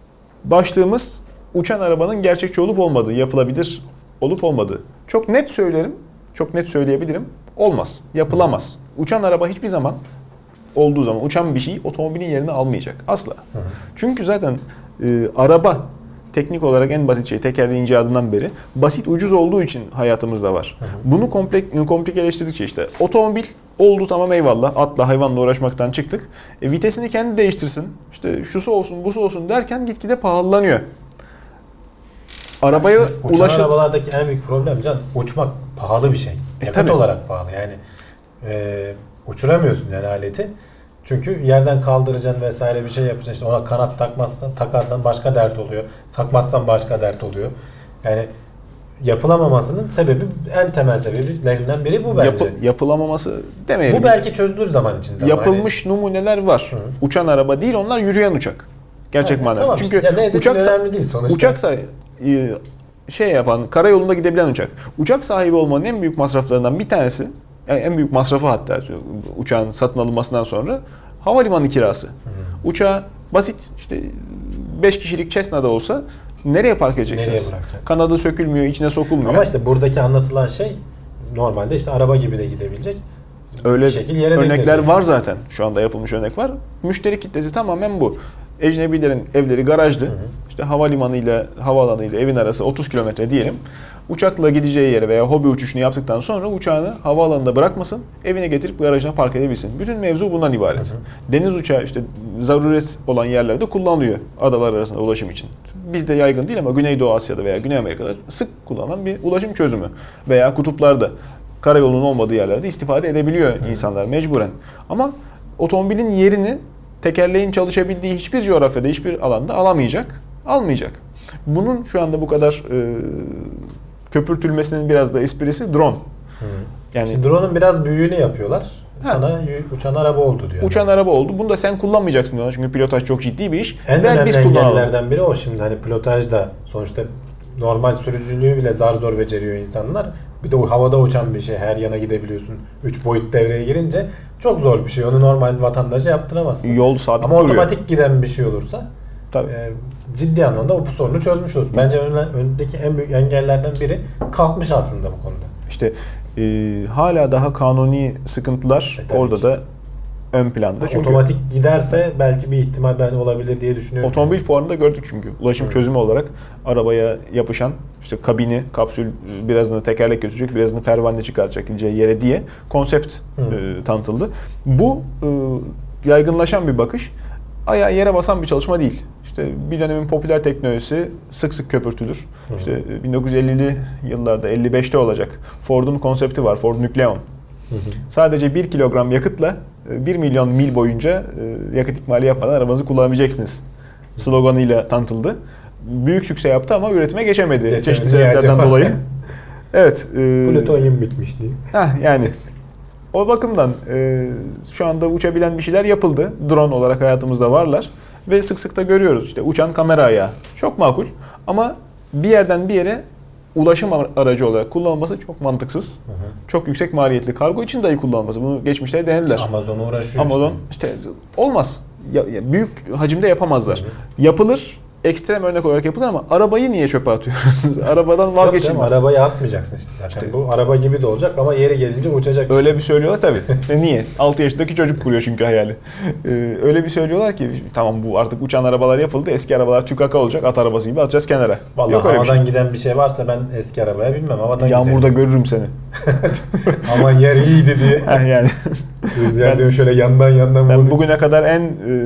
başlığımız uçan arabanın gerçekçi olup olmadığı, yapılabilir olup olmadığı. Çok net söylerim. Çok net söyleyebilirim. Olmaz. Yapılamaz. Hı. Uçan araba hiçbir zaman olduğu zaman uçan bir şey otomobilin yerini almayacak. Asla. Hı hı. Çünkü zaten e, araba teknik olarak en basit şey tekerleğin icadından beri basit ucuz olduğu için hayatımızda var. Hı hı. Bunu komplek, komplikeleştirdikçe işte otomobil oldu tamam eyvallah atla hayvanla uğraşmaktan çıktık. E, vitesini kendi değiştirsin işte şusu olsun busu olsun derken gitgide pahalanıyor. Arabaya yani uçan ulaşın... arabalardaki en büyük problem can uçmak pahalı bir şey. Yakıt e, olarak pahalı yani. E, uçuramıyorsun yani aleti. Çünkü yerden kaldıracaksın vesaire bir şey yapacaksın. İşte ona kanat takmazsan, takarsan başka dert oluyor. Takmazsan başka dert oluyor. Yani yapılamamasının sebebi, en temel sebeplerinden biri bu bence. Yapı, yapılamaması demeyelim. Bu belki çözülür zaman içinde. Yapılmış hani... numuneler var. Hı-hı. Uçan araba değil, onlar yürüyen uçak. Gerçek yani, manada. Tamam, Çünkü ya uçaksa, önemli değil sonuçta. Uçaksa şey yapan, karayolunda gidebilen uçak. Uçak sahibi olmanın en büyük masraflarından bir tanesi, yani en büyük masrafı hatta uçağın satın alınmasından sonra havalimanı kirası. Hmm. Uçağı basit işte beş kişilik Cessna'da olsa nereye park edeceksiniz? Nereye Kanadı sökülmüyor, içine sokulmuyor. Ama işte buradaki anlatılan şey normalde işte araba gibi de gidebilecek. Öyle örnekler var zaten. Şu anda yapılmış örnek var. Müşteri kitlesi tamamen bu. Ecnebilerin evleri garajlı. Hı hı. İşte havalimanıyla havaalanıyla evin arası otuz kilometre diyelim. Uçakla gideceği yere veya hobi uçuşunu yaptıktan sonra uçağını havaalanında bırakmasın, evine getirip garajına park edebilsin. Bütün mevzu bundan ibaret. Hı hı. Deniz uçağı işte zaruret olan yerlerde kullanılıyor adalar arasında ulaşım için. Bizde yaygın değil ama Güneydoğu Asya'da veya Güney Amerika'da sık kullanılan bir ulaşım çözümü. Veya kutuplarda, karayolunun olmadığı yerlerde istifade edebiliyor hı. insanlar mecburen. Ama otomobilin yerini tekerleğin çalışabildiği hiçbir coğrafyada, hiçbir alanda alamayacak, almayacak. Bunun şu anda bu kadar e, köpürtülmesinin biraz da esprisi drone. Hı. Yani İşte drone'un biraz büyüğünü yapıyorlar. Ha. Sana uçan araba oldu diyor. Uçan araba oldu. Bunu da sen kullanmayacaksın diyorlar. Çünkü pilotaj çok ciddi bir iş. En Ver önemli biz kullanalım. engellerden biri o şimdi. Hani pilotaj da sonuçta normal sürücülüğü bile zar zor beceriyor insanlar. Bir de o havada uçan bir şey. Her yana gidebiliyorsun. Üç boyut devreye girince çok zor bir şey. Onu normal vatandaşa yaptıramazsın. Yol sabit Ama duruyor. otomatik giden bir şey olursa Tabii. e, ciddi anlamda bu sorunu çözmüş olursun. Bence önüne- önündeki en büyük engellerden biri kalkmış aslında bu konuda. İşte e, hala daha kanuni sıkıntılar E, tabii orada ki. da ön planda. Çünkü Otomatik giderse belki bir ihtimal ben olabilir diye düşünüyorum. otomobil fuarında gördük çünkü. Ulaşım Hı. çözümü olarak arabaya yapışan işte kabini, kapsül birazını tekerlek götürecek, birazını pervane çıkartacak gideceği yere diye konsept Hı. e, tanıtıldı. Bu e, yaygınlaşan bir bakış. Ayağı yere basan bir çalışma değil. İşte bir dönemin popüler teknolojisi sık sık köpürtülür. Hı. İşte bin dokuz yüz ellili yıllarda, elli beşte olacak. Ford'un konsepti var, Ford Nucleon. Hı hı. Sadece bir kilogram yakıtla bir milyon mil boyunca yakıt ikmali yapmadan arabanızı kullanabileceksiniz sloganıyla tanıtıldı. Büyük sükse yaptı ama üretime geçemedi. Geçemedi. Çeşitli Niye sebeplerden acaba? dolayı. Evet. E, Plütonyum bitmiş diye. heh, yani o bakımdan e, şu anda uçabilen bir şeyler yapıldı. Drone olarak hayatımızda varlar. Ve sık sık da görüyoruz. İşte uçan kamera ayağı. Çok makul. Ama bir yerden bir yere ulaşım aracı olarak kullanılması çok mantıksız. Hı hı. Çok yüksek maliyetli. Kargo için dahi kullanılması. Bunu geçmişte denediler. Amazon uğraşıyor Amazon işte. işte olmaz. Ya, ya büyük hacimde yapamazlar. Hı hı. Yapılır. Ekstrem örnek olarak yapılır ama arabayı niye çöpe atıyoruz? Arabadan Yok vazgeçilmez. canım, arabayı atmayacaksın işte zaten. İşte. Bu araba gibi de olacak ama yeri gelince uçacak. Öyle bir söylüyorlar tabii. İşte niye? altı yaşındaki çocuk kuruyor çünkü hayali. Ee, öyle bir söylüyorlar ki tamam bu artık uçan arabalar yapıldı. Eski arabalar tükaka olacak. At arabası gibi atacağız kenara. Vallahi Yok öyle bir havadan şey. giden bir şey varsa ben eski arabaya binmem. Havadan Yağmurda görürüm seni. Aman yer iyiydi diye. Heh, yani. Rüzgar Ben- diyor şöyle yandan yandan Ben vurdu. bugüne kadar en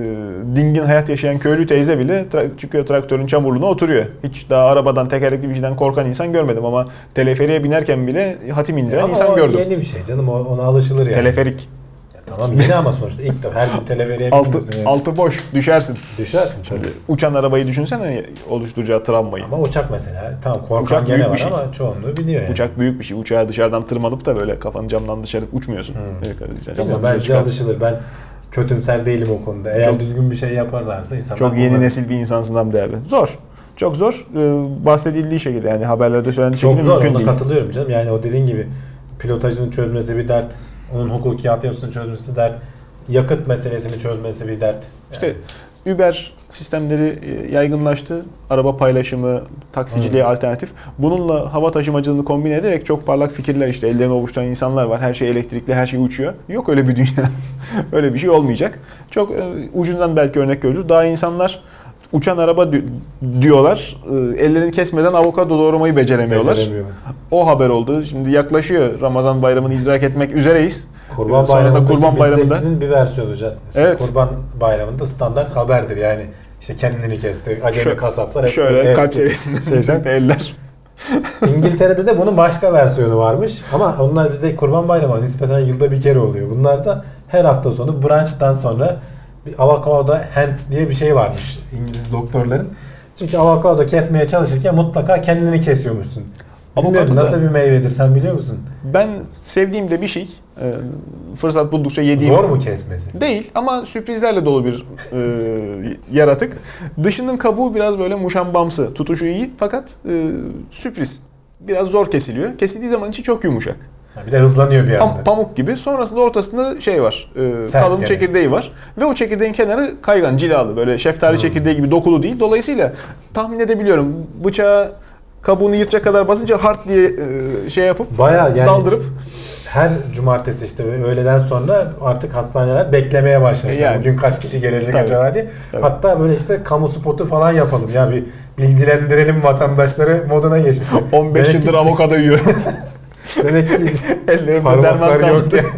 e, dingin hayat yaşayan köylü teyze bile tra- çıkıyor traktörün çamurluğuna oturuyor. Hiç daha arabadan, tekerlekli bir şeyden korkan insan görmedim ama teleferiğe binerken bile hatim indiren Ama insan o gördüm. yeni bir şey canım, o- ona alışılır yani. Teleferik. Ya tamam yeni ama sonuçta ilk defa her gün teleferiye Altı, binmiyorsun yani. altı boş. Düşersin. Düşersin tabii. Uçan arabayı düşünsene oluşturacağı travmayı. Ama uçak mesela tamam korkan Uçak gene büyük var bir şey. ama çoğunluğu biliyor yani. Uçak büyük bir şey. Uçağa dışarıdan tırmanıp da böyle kafanı camdan dışarı uçmuyorsun. Hmm. Evet, camdan Bilmiyorum, dışarı bence çıkar. alışılır. Ben kötümser değilim o konuda. Eğer Çok- düzgün bir şey yaparlarsa insanlar... Çok yeni bunları- nesil bir insansın Hamdi abi. Zor. Çok zor. Ee, bahsedildiği şekilde yani haberlerde söylendiği Çok şekilde zor, mümkün ona değil. katılıyorum canım. Yani o dediğin gibi pilotajını çözmesi bir dert. Onun hukuki altyapısını çözmesi dert. Yakıt meselesini çözmesi bir dert. Yani İşte Uber sistemleri e, yaygınlaştı. Araba paylaşımı, taksiciliğe alternatif. Bununla hava taşımacılığını kombine ederek çok parlak fikirler işte ellerini ovuşturan insanlar var. Her şey elektrikli, her şey uçuyor. Yok öyle bir dünya. Öyle bir şey olmayacak. Çok e, ucundan belki örnek görülür. Daha insanlar uçan araba di- diyorlar. E, ellerini kesmeden avokado doğramayı beceremiyorlar. beceremiyorum. O haber oldu. Şimdi yaklaşıyor. Ramazan bayramını idrak etmek üzereyiz. Kurban Sonrasında Bayramı'ndaki Kurban Bayramı'nda bizdekinin bir versiyonu zaten. Evet. Kurban Bayramı'nda standart haberdir yani. İşte kendini kesti, acemi Şöyle- kasaplar. hep şöyle böyle- kalp seviyesinde Şeyden- eller. İngiltere'de de bunun başka versiyonu varmış. Ama onlar bizde Kurban Bayramı nispeten yılda bir kere oluyor. Bunlar da her hafta sonu brunch'tan sonra bir avokado hand diye bir şey varmış İngiliz doktorların. Çünkü avokado kesmeye çalışırken mutlaka kendini kesiyormuşsun. Bilmiyorum Avokado da- nasıl bir meyvedir sen biliyor musun? Ben sevdiğim de bir şey. e, Fırsat buldukça yediğim. Zor mu kesmesi? Değil ama sürprizlerle dolu bir e, yaratık. Dışının kabuğu biraz böyle muşambamsı. Tutuşu iyi fakat e, sürpriz. Biraz zor kesiliyor. Kesildiği zaman içi çok yumuşak. Ha, bir de hızlanıyor bir Pam- anda. pamuk gibi. Sonrasında ortasında şey var. E, Sert kalın gene. çekirdeği var. Ve o çekirdeğin kenarı kaygan, cilalı. Böyle şeftali Hmm. çekirdeği gibi dokulu değil. Dolayısıyla tahmin edebiliyorum. Bıçağı kabuğunu yırtacak kadar basınca hart diye e, şey yapıp Bayağı yani daldırıp her cumartesi işte ve öğleden sonra artık hastaneler beklemeye başlamışlar. Yani. Bugün kaç kişi gelecek Tabii. acaba diye. Tabii. Hatta böyle işte kamu spotu falan yapalım ya bir bilgilendirelim vatandaşları moduna geçmişler. on beş Demek yıldır ki- avokado yiyor. Demek ki Ellerimde derman parmaklar yok kaldı. diye.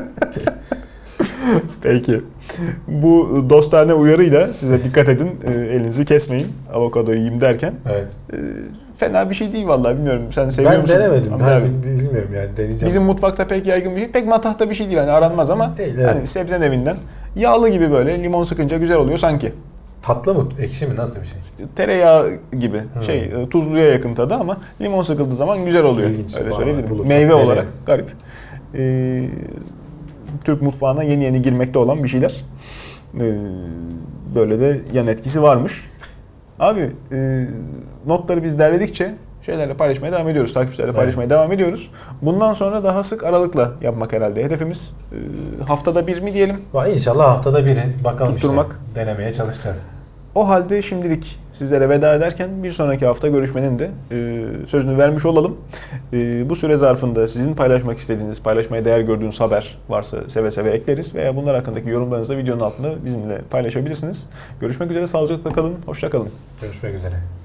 Peki. Bu dostane uyarıyla size dikkat edin. E, elinizi kesmeyin. Avokadoyu yiyeyim derken. Evet. E, fena bir şey değil vallahi. Bilmiyorum. Sen seviyor Ben musun? denemedim. Hamdi Ben abi? bi- bilmiyorum yani deneyeceğim. Bizim mutfakta pek yaygın bir şey. Pek matahta bir şey değil. Hani aranmaz ama Değil, evet. hani sebze evinden Yağlı gibi böyle limon sıkınca güzel oluyor sanki. Tatlı mı? Ekşi mi? Nasıl bir şey? Tereyağı gibi Hmm. şey e, tuzluya yakın tadı ama limon sıkıldığı zaman güzel oluyor. İlginç. Öyle Vallahi söyleyebilirim. bulursak Meyve deneriz. olarak garip. Ee, Türk mutfağına yeni yeni girmekte olan bir şeyler. Ee, böyle de yan etkisi varmış. Abi e, notları biz derledikçe şeylerle paylaşmaya devam ediyoruz. Takipçilerle paylaşmaya evet. devam ediyoruz. Bundan sonra daha sık aralıkla yapmak herhalde hedefimiz. Ee, haftada bir mi diyelim? İnşallah haftada biri. Bakalım Tutturmak. işte. Denemeye çalışacağız. O halde şimdilik sizlere veda ederken bir sonraki hafta görüşmenin de e, sözünü vermiş olalım. E, bu süre zarfında sizin paylaşmak istediğiniz, paylaşmaya değer gördüğünüz haber varsa seve seve ekleriz veya bunlar hakkındaki yorumlarınızı da videonun altında bizimle paylaşabilirsiniz. Görüşmek üzere, sağlıcakla kalın, hoşça kalın. Görüşmek üzere.